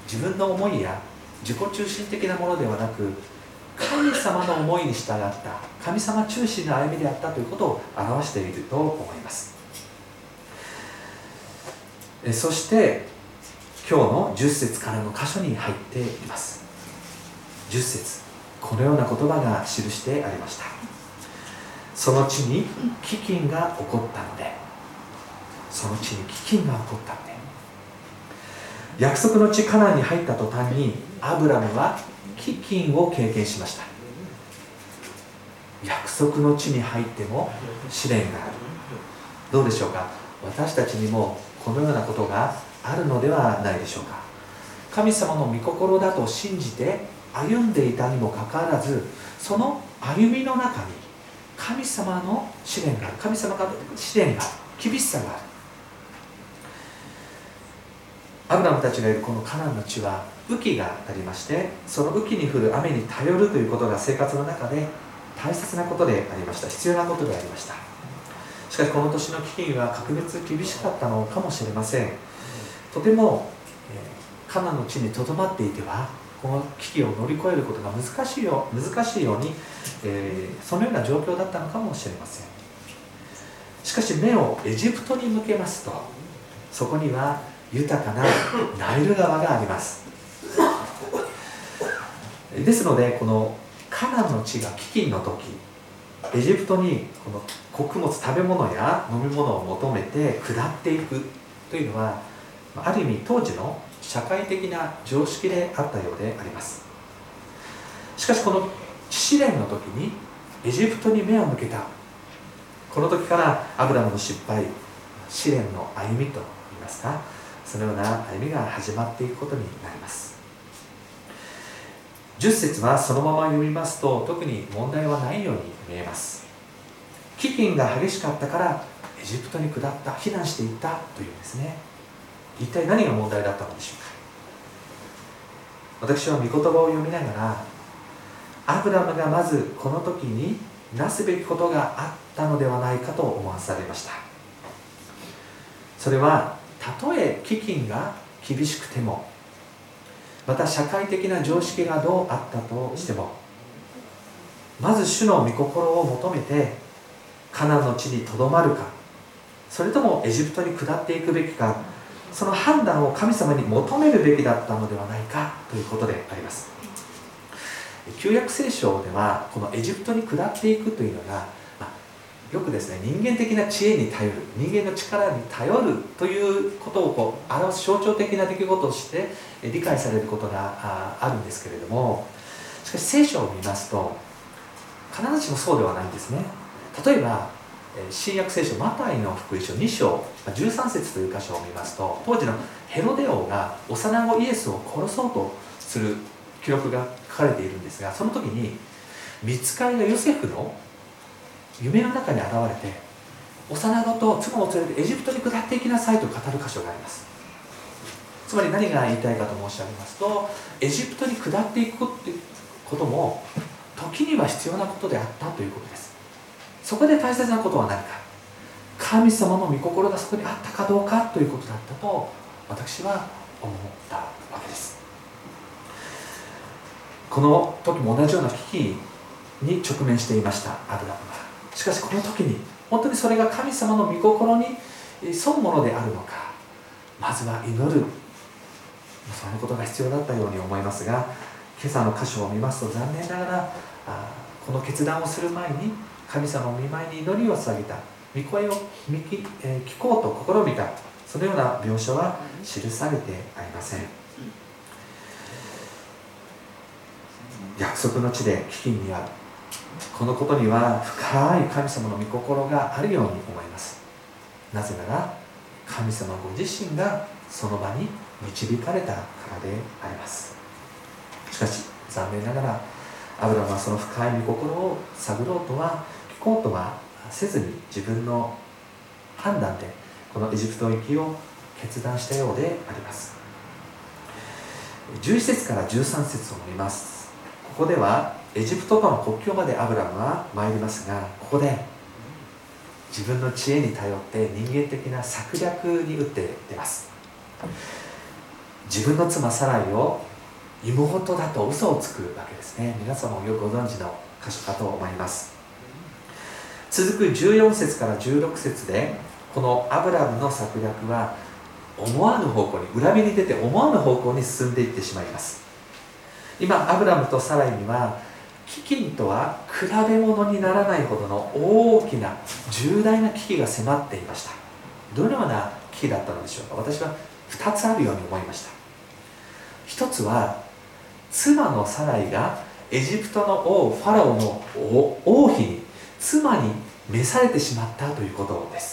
自分の思いや自己中心的なものではなく、神様の思いに従った神様中心の歩みであったということを表していると思います。えそして今日のじゅっ節からの箇所に入っています。じゅっ節、このような言葉が記してありました。その地に飢饉が起こったので、その地に飢饉が起こったので、約束の地カナンに入った途端にアブラムは飢饉を経験しました。約束の地に入っても試練がある。どうでしょうか。私たちにもこのようなことがあるのではないでしょうか。神様の御心だと信じて歩んでいたにもかかわらず、その歩みの中に神様の試練がある。神様が試練がある、厳しさがある。アブラムたちがいるこのカナンの地は雨季がありまして、その雨季に降る雨に頼るということが生活の中で大切なことでありました。必要なことでありました。しかしこの年の飢饉は格別厳しかったのかもしれません。とても、えー、カナンの地にとどまっていてはこの危機を乗り越えることが難しいよ難しいように、えー、そのような状況だったのかもしれません。しかし目をエジプトに向けますと、そこには豊かなナイル川があります。ですのでこのカナンの地が飢饉の時、エジプトにこの穀物、食べ物や飲み物を求めて下っていくというのは、ある意味当時の社会的な常識であったようであります。しかしこの試練の時にエジプトに目を向けた、この時からアブラムの失敗、試練の歩みといいますか、そのような歩みが始まっていくことになります。じゅっ節はそのまま読みますと特に問題はないように見えます。飢饉が激しかったからエジプトに下った、避難していったというんですね。一体何が問題だったのでしょうか。私は御言葉を読みながら、アブラムがまずこの時になすべきことがあったのではないかと思わされました。それはたとえ飢饉が厳しくても、また社会的な常識がどうあったとしても、まず主の御心を求めてカナンの地にとどまるか、それともエジプトに下っていくべきか、その判断を神様に求めるべきだったのではないかということであります。旧約聖書ではこのエジプトに下っていくというのが、よくですね、人間的な知恵に頼る、人間の力に頼るということをこう表す象徴的な出来事として理解されることがあるんですけれども、しかし聖書を見ますと必ずしもそうではないんですね。例えば新約聖書マタイの福音書に章じゅうさん節という箇所を見ますと、当時のヘロデ王が幼子イエスを殺そうとする記録が書かれているんですが、その時に御使いがヨセフの夢の中に現れて、幼子と妻を連れてエジプトに下っていきなさいと語る箇所があります。つまり何が言いたいかと申し上げますと、エジプトに下っていくということも時には必要なことであったということです。そこで大切なことは何か、神様の御心がそこにあったかどうかということだったと私は思ったわけです。この時も同じような危機に直面していましたアブラムは。しかしこの時に本当にそれが神様の御心に沿うものであるのか、まずは祈る、そのことが必要だったように思いますが、今朝の箇所を見ますと残念ながらこの決断をする前に神様の御前に祈りを捧げた、御声を聞き、えー、聞こうと試みた、そのような描写は記されてありません。約束の地で飢饉にある、このことには深い神様の御心があるように思います。なぜなら神様ご自身がその場に導かれたからであります。しかし残念ながらアブラムはその深い御心を探ろうとは聞こうとはせずに、自分の判断でこのエジプト行きを決断したようであります。じゅういち節からじゅうさん節を見ます。ここではエジプトとの国境までアブラムは参りますが、ここで自分の知恵に頼って人間的な策略に打って出ます。 自分の妻サライを妹だと嘘をつくわけですね。皆様もよくご存知の箇所かと思います。続くじゅうよん節からじゅうろく節で、このアブラムの策略は思わぬ方向に、裏目に出て思わぬ方向に進んでいってしまいます。今アブラムとサライには飢饉とは比べ物にならないほどの大きな重大な危機が迫っていました。どのような危機だったのでしょうか。私はふたつあるように思いました。ひとつは、妻のサライがエジプトの王ファラオの王妃に妻に召されてしまったということです。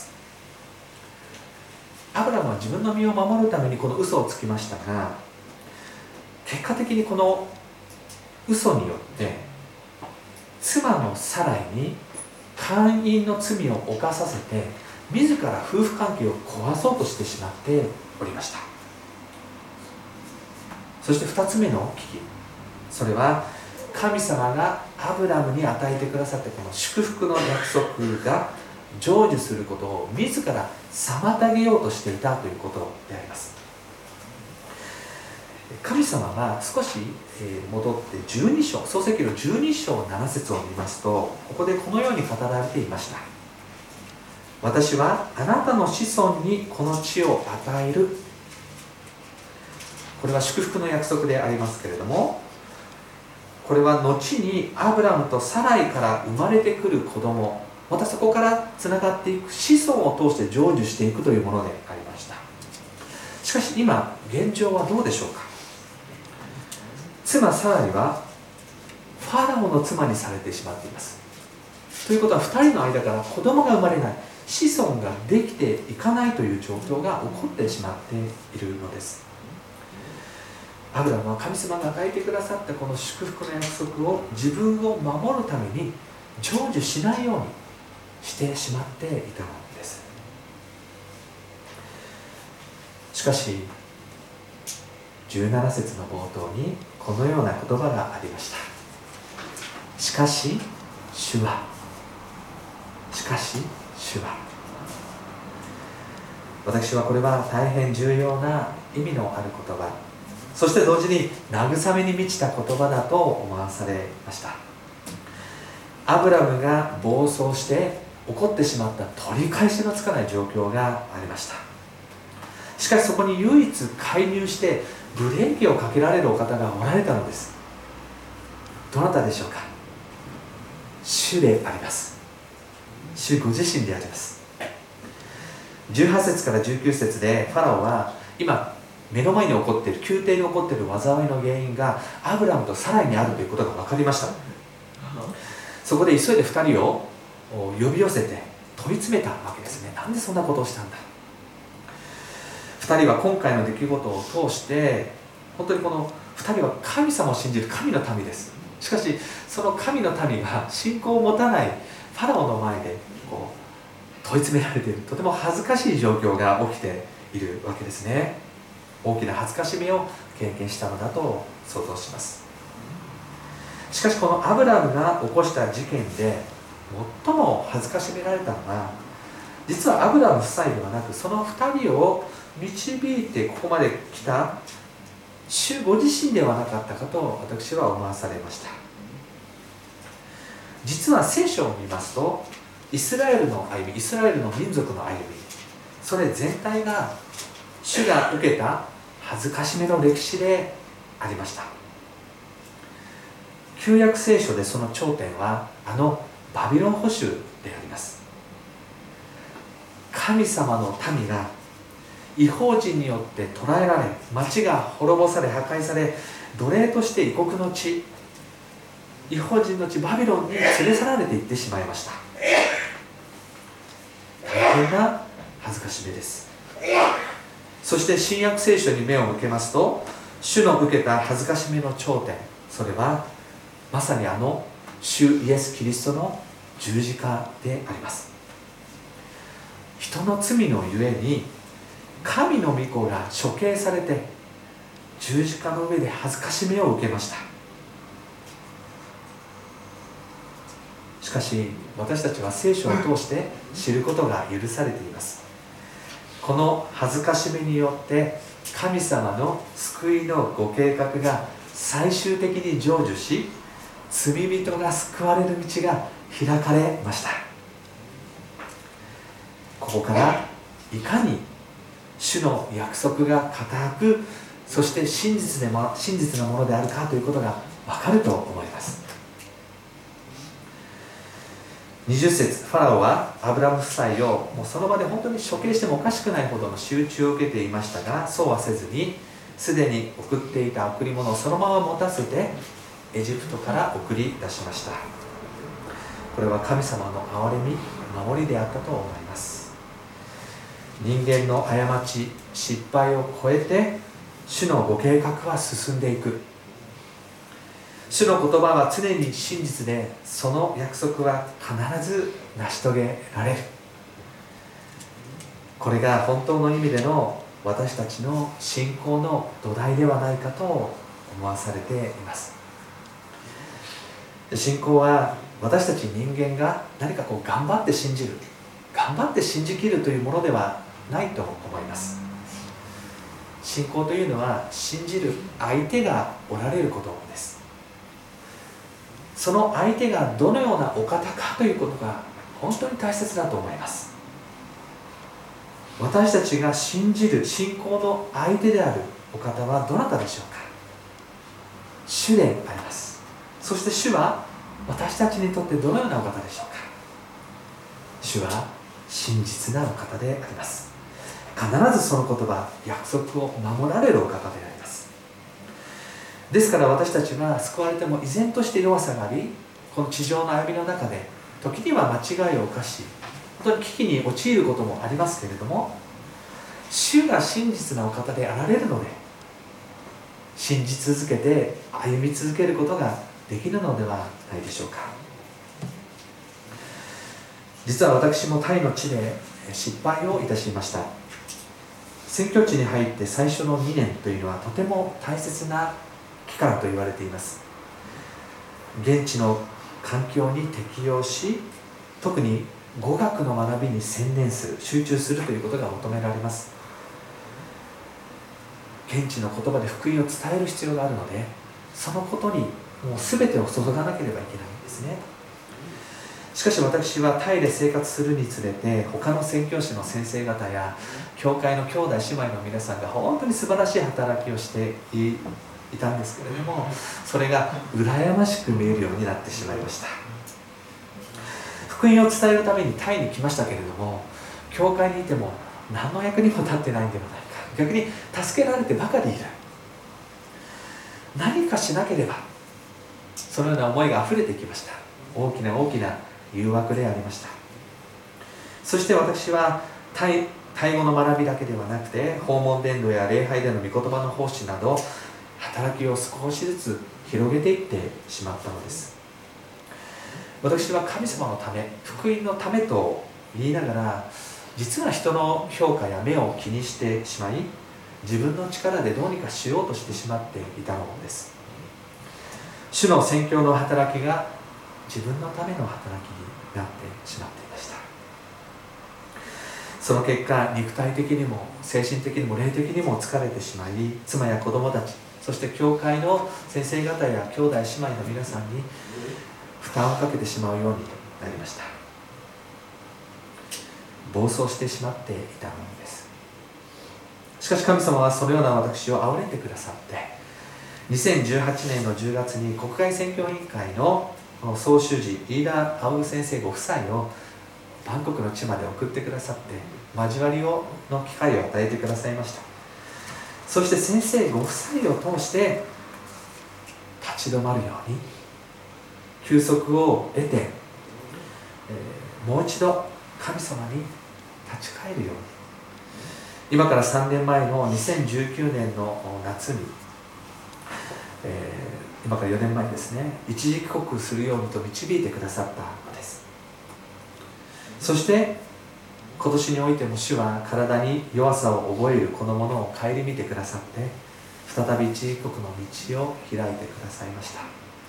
アブラムは自分の身を守るためにこの嘘をつきましたが、結果的にこの嘘によって妻のサライに姦淫の罪を犯させて、自ら夫婦関係を壊そうとしてしまっておりました。そしてふたつめの危機、それは神様がアブラムに与えてくださったこの祝福の約束が成就することを自ら妨げようとしていたということであります。神様は少し戻ってじゅうに章、創世記のじゅうに章なな節を見ますと、ここでこのように語られていました。私はあなたの子孫にこの地を与える。これは祝福の約束でありますけれども、これは後にアブラムとサライから生まれてくる子供、またそこからつながっていく子孫を通して成就していくというものでありました。しかし今現状はどうでしょうか。妻サライはファラオの妻にされてしまっています。ということはふたりの間から子供が生まれない、子孫ができていかないという状況が起こってしまっているのです。アブラムは神様が与えてくださったこの祝福の約束を自分を守るために成就しないようにしてしまっていたのです。しかしじゅうなな節の冒頭にこのような言葉がありました。しかし主は、しかし主は。私はこれは大変重要な意味のある言葉、そして同時に慰めに満ちた言葉だと思わされました。アブラムが暴走して起こってしまった取り返しのつかない状況がありました。しかしそこに唯一介入してブレーキをかけられるお方がおられたのです。どなたでしょうか。主であります。主ご自身であります。じゅうはち節からじゅうきゅう節でファラオは今目の前に起こっている、宮廷に起こっている災いの原因がアブラムとサライにあるということが分かりました。そこで急いでふたりを呼び寄せて問い詰めたわけですね。なんでそんなことをしたんだ。ふたりは今回の出来事を通して本当にこのふたりは神様を信じる神の民です。しかしその神の民が信仰を持たないファラオの前でこう問い詰められている、とても恥ずかしい状況が起きているわけですね。大きな恥ずかしみを経験したのだと想像します。しかしこのアブラムが起こした事件で最も恥ずかしめられたのは、実はアブラム夫妻ではなく、そのふたりを導いてここまで来た主ご自身ではなかったかと私は思わされました。実は聖書を見ますと、イスラエルの歩み、イスラエルの民族の歩み、それ全体が主が受けた恥ずかしめの歴史でありました。旧約聖書でその頂点はあのバビロン捕囚であります。神様の民が異邦人によって捕らえられ、町が滅ぼされ破壊され、奴隷として異国の地、異邦人の地バビロンに連れ去られていってしまいました。大変な恥ずかしめです。そして新約聖書に目を向けますと、主の受けた恥ずかしめの頂点、それはまさにあの主イエス・キリストの十字架であります。人の罪のゆえに神の御子が処刑されて十字架の上で恥ずかしめを受けました。しかし私たちは聖書を通して知ることが許されています。この恥ずかしめによって神様の救いのご計画が最終的に成就し、罪人が救われる道が開かれました。ここからいかに主の約束が固く、そして真実でも真実なものであるかということが分かると思います。にじゅっ節、ファラオはアブラム夫妻をもうその場で本当に処刑してもおかしくないほどの仕打ちを受けていましたが、そうはせずにすでに送っていた贈り物をそのまま持たせてエジプトから送り出しました。これは神様の憐れみ、守りであったと思います。人間の過ち、失敗を超えて主のご計画は進んでいく。主の言葉は常に真実で、その約束は必ず成し遂げられる。これが本当の意味での私たちの信仰の土台ではないかと思わされています。信仰は私たち人間が何かこう頑張って信じる、頑張って信じきるというものではないと思います。信仰というのは信じる相手がおられることです。その相手がどのようなお方かということが本当に大切だと思います。私たちが信じる信仰の相手であるお方はどなたでしょうか。主であります。そして主は私たちにとってどのようなお方でしょうか。主は真実なお方であります。必ずその言葉、約束を守られるお方であります。ですから私たちは救われても依然として弱さがあり、この地上の歩みの中で時には間違いを犯し、本当に危機に陥ることもありますけれども、主が真実なお方であられるので、信じ続けて歩み続けることができるのではないでしょうか。実は私もタイの地で失敗をいたしました。宣教地に入って最初のにねんというのはとても大切な期間と言われています。現地の環境に適応し、特に語学の学びに専念する、集中するということが求められます。現地の言葉で福音を伝える必要があるので、そのことにもう全てを注がなければいけないんですね。しかし私はタイで生活するにつれて、他の宣教師の先生方や教会の兄弟姉妹の皆さんが本当に素晴らしい働きをしていいたんですけれども、それが羨ましく見えるようになってしまいました。福音を伝えるためにタイに来ましたけれども、教会にいても何の役にも立ってないんではないか、逆に助けられてばかりいる、何かしなければ、そのような思いがあふれてきました。大きな大きな誘惑でありました。そして私はタイ、タイ語の学びだけではなくて、訪問伝道や礼拝での御言葉の奉仕など働きを少しずつ広げていってしまったのです。私は神様のため、福音のためと言いながら、実は人の評価や目を気にしてしまい、自分の力でどうにかしようとしてしまっていたのです。主の宣教の働きが自分のための働きになってしまっていました。その結果、肉体的にも精神的にも霊的にも疲れてしまい、妻や子供たち、そして教会の先生方や兄弟姉妹の皆さんに負担をかけてしまうようになりました。暴走してしまっていたのです。しかし神様はそのような私を憐れんでくださって、にせんじゅうはちねんのじゅうがつに国外宣教委員会の総主事飯田薫先生ご夫妻をバンコクの地まで送ってくださって、交わりをの機会を与えてくださいました。そして先生ご夫妻を通して立ち止まるように休息を得て、えー、もう一度神様に立ち返るように、今からさんねんまえのにせんじゅうきゅうねんの夏に、えー、今からよねんまえですね、一時帰国するようにと導いてくださったのです。そして今年においても主は体に弱さを覚えるこのものを顧みてくださって、再び一時帰国の道を開いてくださいました。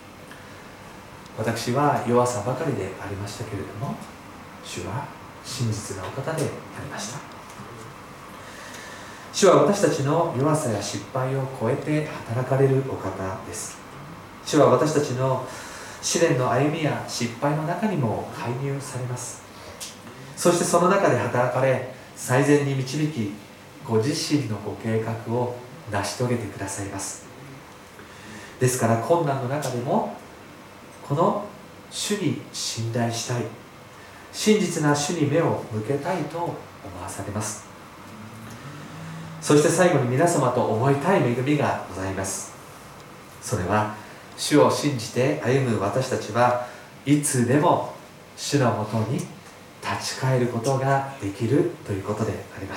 私は弱さばかりでありましたけれども、主は真実なお方でありました。 主は私たちの弱さや失敗を超えて働かれるお方です。主は私たちの試練の歩みや失敗の中にも介入されます。そしてその中で働かれ、最善に導き、ご自身のご計画を成し遂げてくださいます。ですから困難の中でもこの主に信頼したい、真実な主に目を向けたいと思わされます。そして最後に皆様と思いたい恵みがございます。それは主を信じて歩む私たちはいつでも主のもとに立ち返ることができるということであります。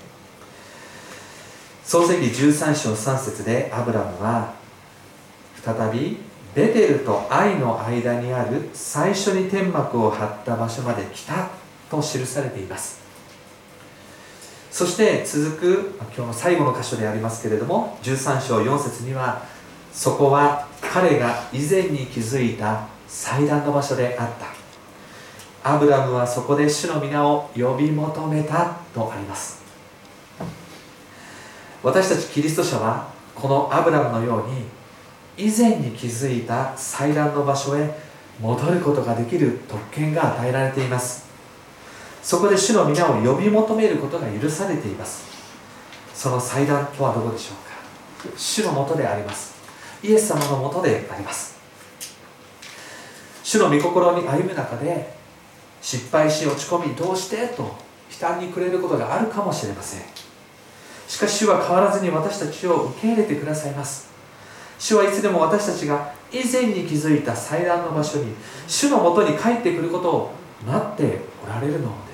創世記じゅうさん章さん節でアブラムは再びベテルとアイの間にある最初に天幕を張った場所まで来たと記されています。そして続く今日の最後の箇所でありますけれども、じゅうさん章よん節には、そこは彼が以前に築いた祭壇の場所であった。アブラムはそこで主の皆を呼び求めたとあります。私たちキリスト者はこのアブラムのように以前に築いた祭壇の場所へ戻ることができる特権が与えられています。そこで主の皆を呼び求めることが許されています。その祭壇とはどこでしょうか。主のもとであります。イエス様のもとであります。主の御心に歩む中で失敗し落ち込み、どうしてと悲嘆に暮れることがあるかもしれません。しかし主は変わらずに私たちを受け入れてくださいます。主はいつでも私たちが以前に築いた祭壇の場所に主のもとに帰ってくることを待っておられるのです。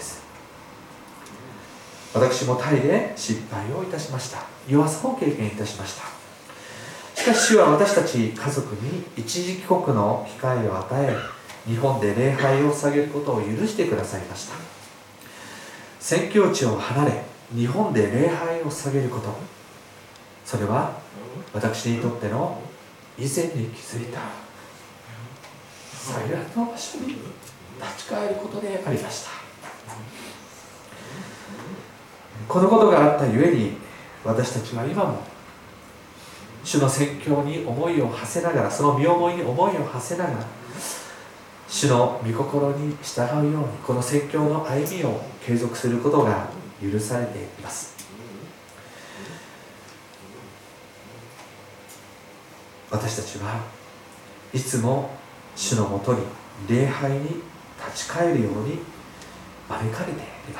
私もタイで失敗をいたしました。弱さを経験いたしました。しかし主は私たち家族に一時帰国の機会を与え、日本で礼拝を捧げることを許してくださいました。宣教地を離れ日本で礼拝を捧げること、それは私にとっての以前に築いた祭壇の場所に立ち返ることでありました。このことがあったゆえに、私たちは今も主の宣教に思いを馳せながら、その身思いに思いを馳せながら、主の御心に従うように、この宣教の歩みを継続することが許されています。私たちはいつも主のもとに礼拝に立ち返るように招かれています。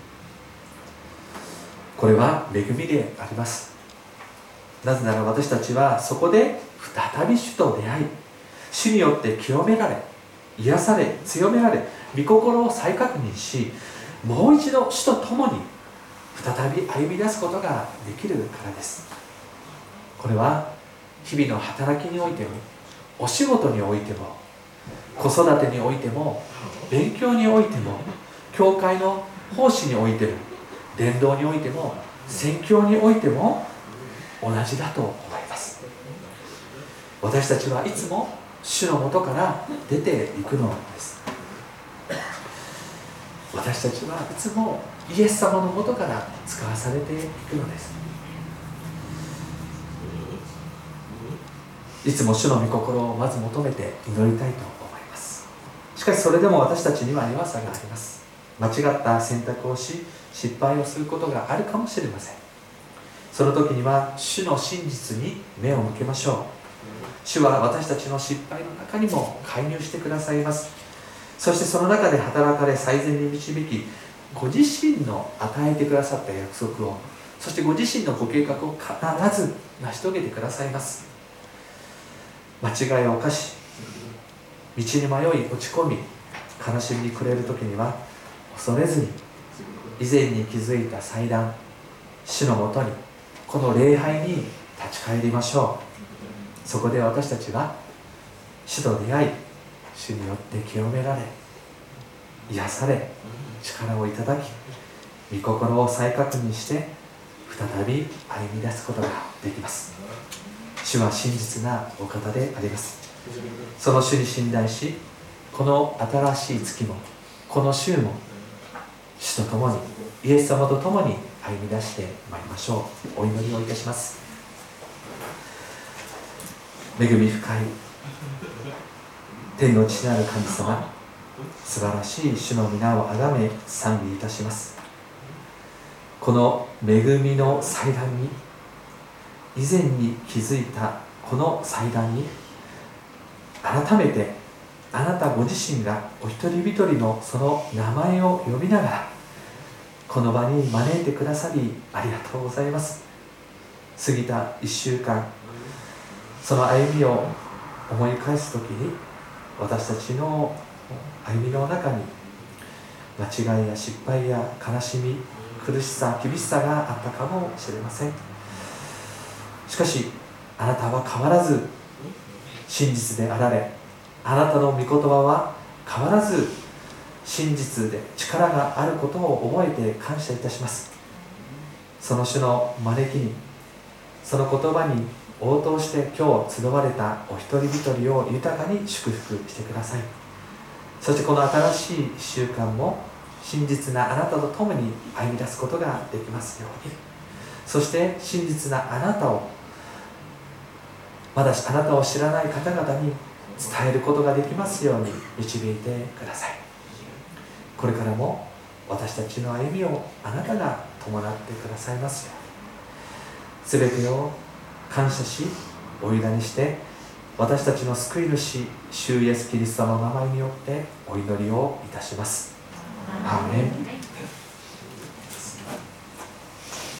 これは恵みであります。なぜなら私たちはそこで再び主と出会い、主によって清められ、癒され、強められ、御心を再確認し、もう一度主と共に再び歩み出すことができるからです。これは日々の働きにおいても、お仕事においても、子育てにおいても、勉強においても、教会の奉仕においても、伝道においても、宣教においても同じだと思います。私たちはいつも主のもとから出ていくのです。私たちはいつもイエス様のもとから使わされていくのです。いつも主の御心をまず求めて祈りたいと思います。しかしそれでも私たちには弱さがあります。間違った選択をし、失敗をすることがあるかもしれません。その時には主の真実に目を向けましょう。主は私たちの失敗の中にも介入してくださいます。そしてその中で働かれ、最善に導き、ご自身の与えてくださった約束を、そしてご自身のご計画を必ず成し遂げてくださいます。間違いを犯し、道に迷い落ち込み、悲しみに暮れる時には恐れずに、以前に築いた祭壇、主のもとに、この礼拝に立ち返りましょう。そこで私たちは主と出会い、主によって清められ、癒され、力をいただき、御心を再確認して再び歩み出すことができます。主は真実なお方であります。その主に信頼し、この新しい月もこの週も主と共に、イエス様と共に歩み出してまいりましょう。お祈りをいたします。恵み深い天の父なる神様、素晴らしい主の皆をあがめ賛美いたします。この恵みの祭壇に、以前に築いたこの祭壇に改めてあなたご自身がお一人一人のその名前を呼びながらこの場に招いてくださりありがとうございます。過ぎたいっしゅうかん、その歩みを思い返すときに、私たちの歩みの中に間違いや失敗や悲しみ、苦しさ、厳しさがあったかもしれません。しかしあなたは変わらず真実であられ、あなたの御言葉は変わらず真実で力があることを覚えて感謝いたします。その主の招きに、その言葉に応答して今日集われたお一人一人を豊かに祝福してください。そしてこの新しいいっしゅうかんも真実なあなたと共に歩み出すことができますように。そして真実なあなたを、まだあなたを知らない方々に伝えることができますように導いてください。これからも私たちの歩みをあなたが伴ってくださいますように。すべてを感謝しお委ねして、私たちの救い主主イエスキリストの名前によってお祈りをいたします。アーメン。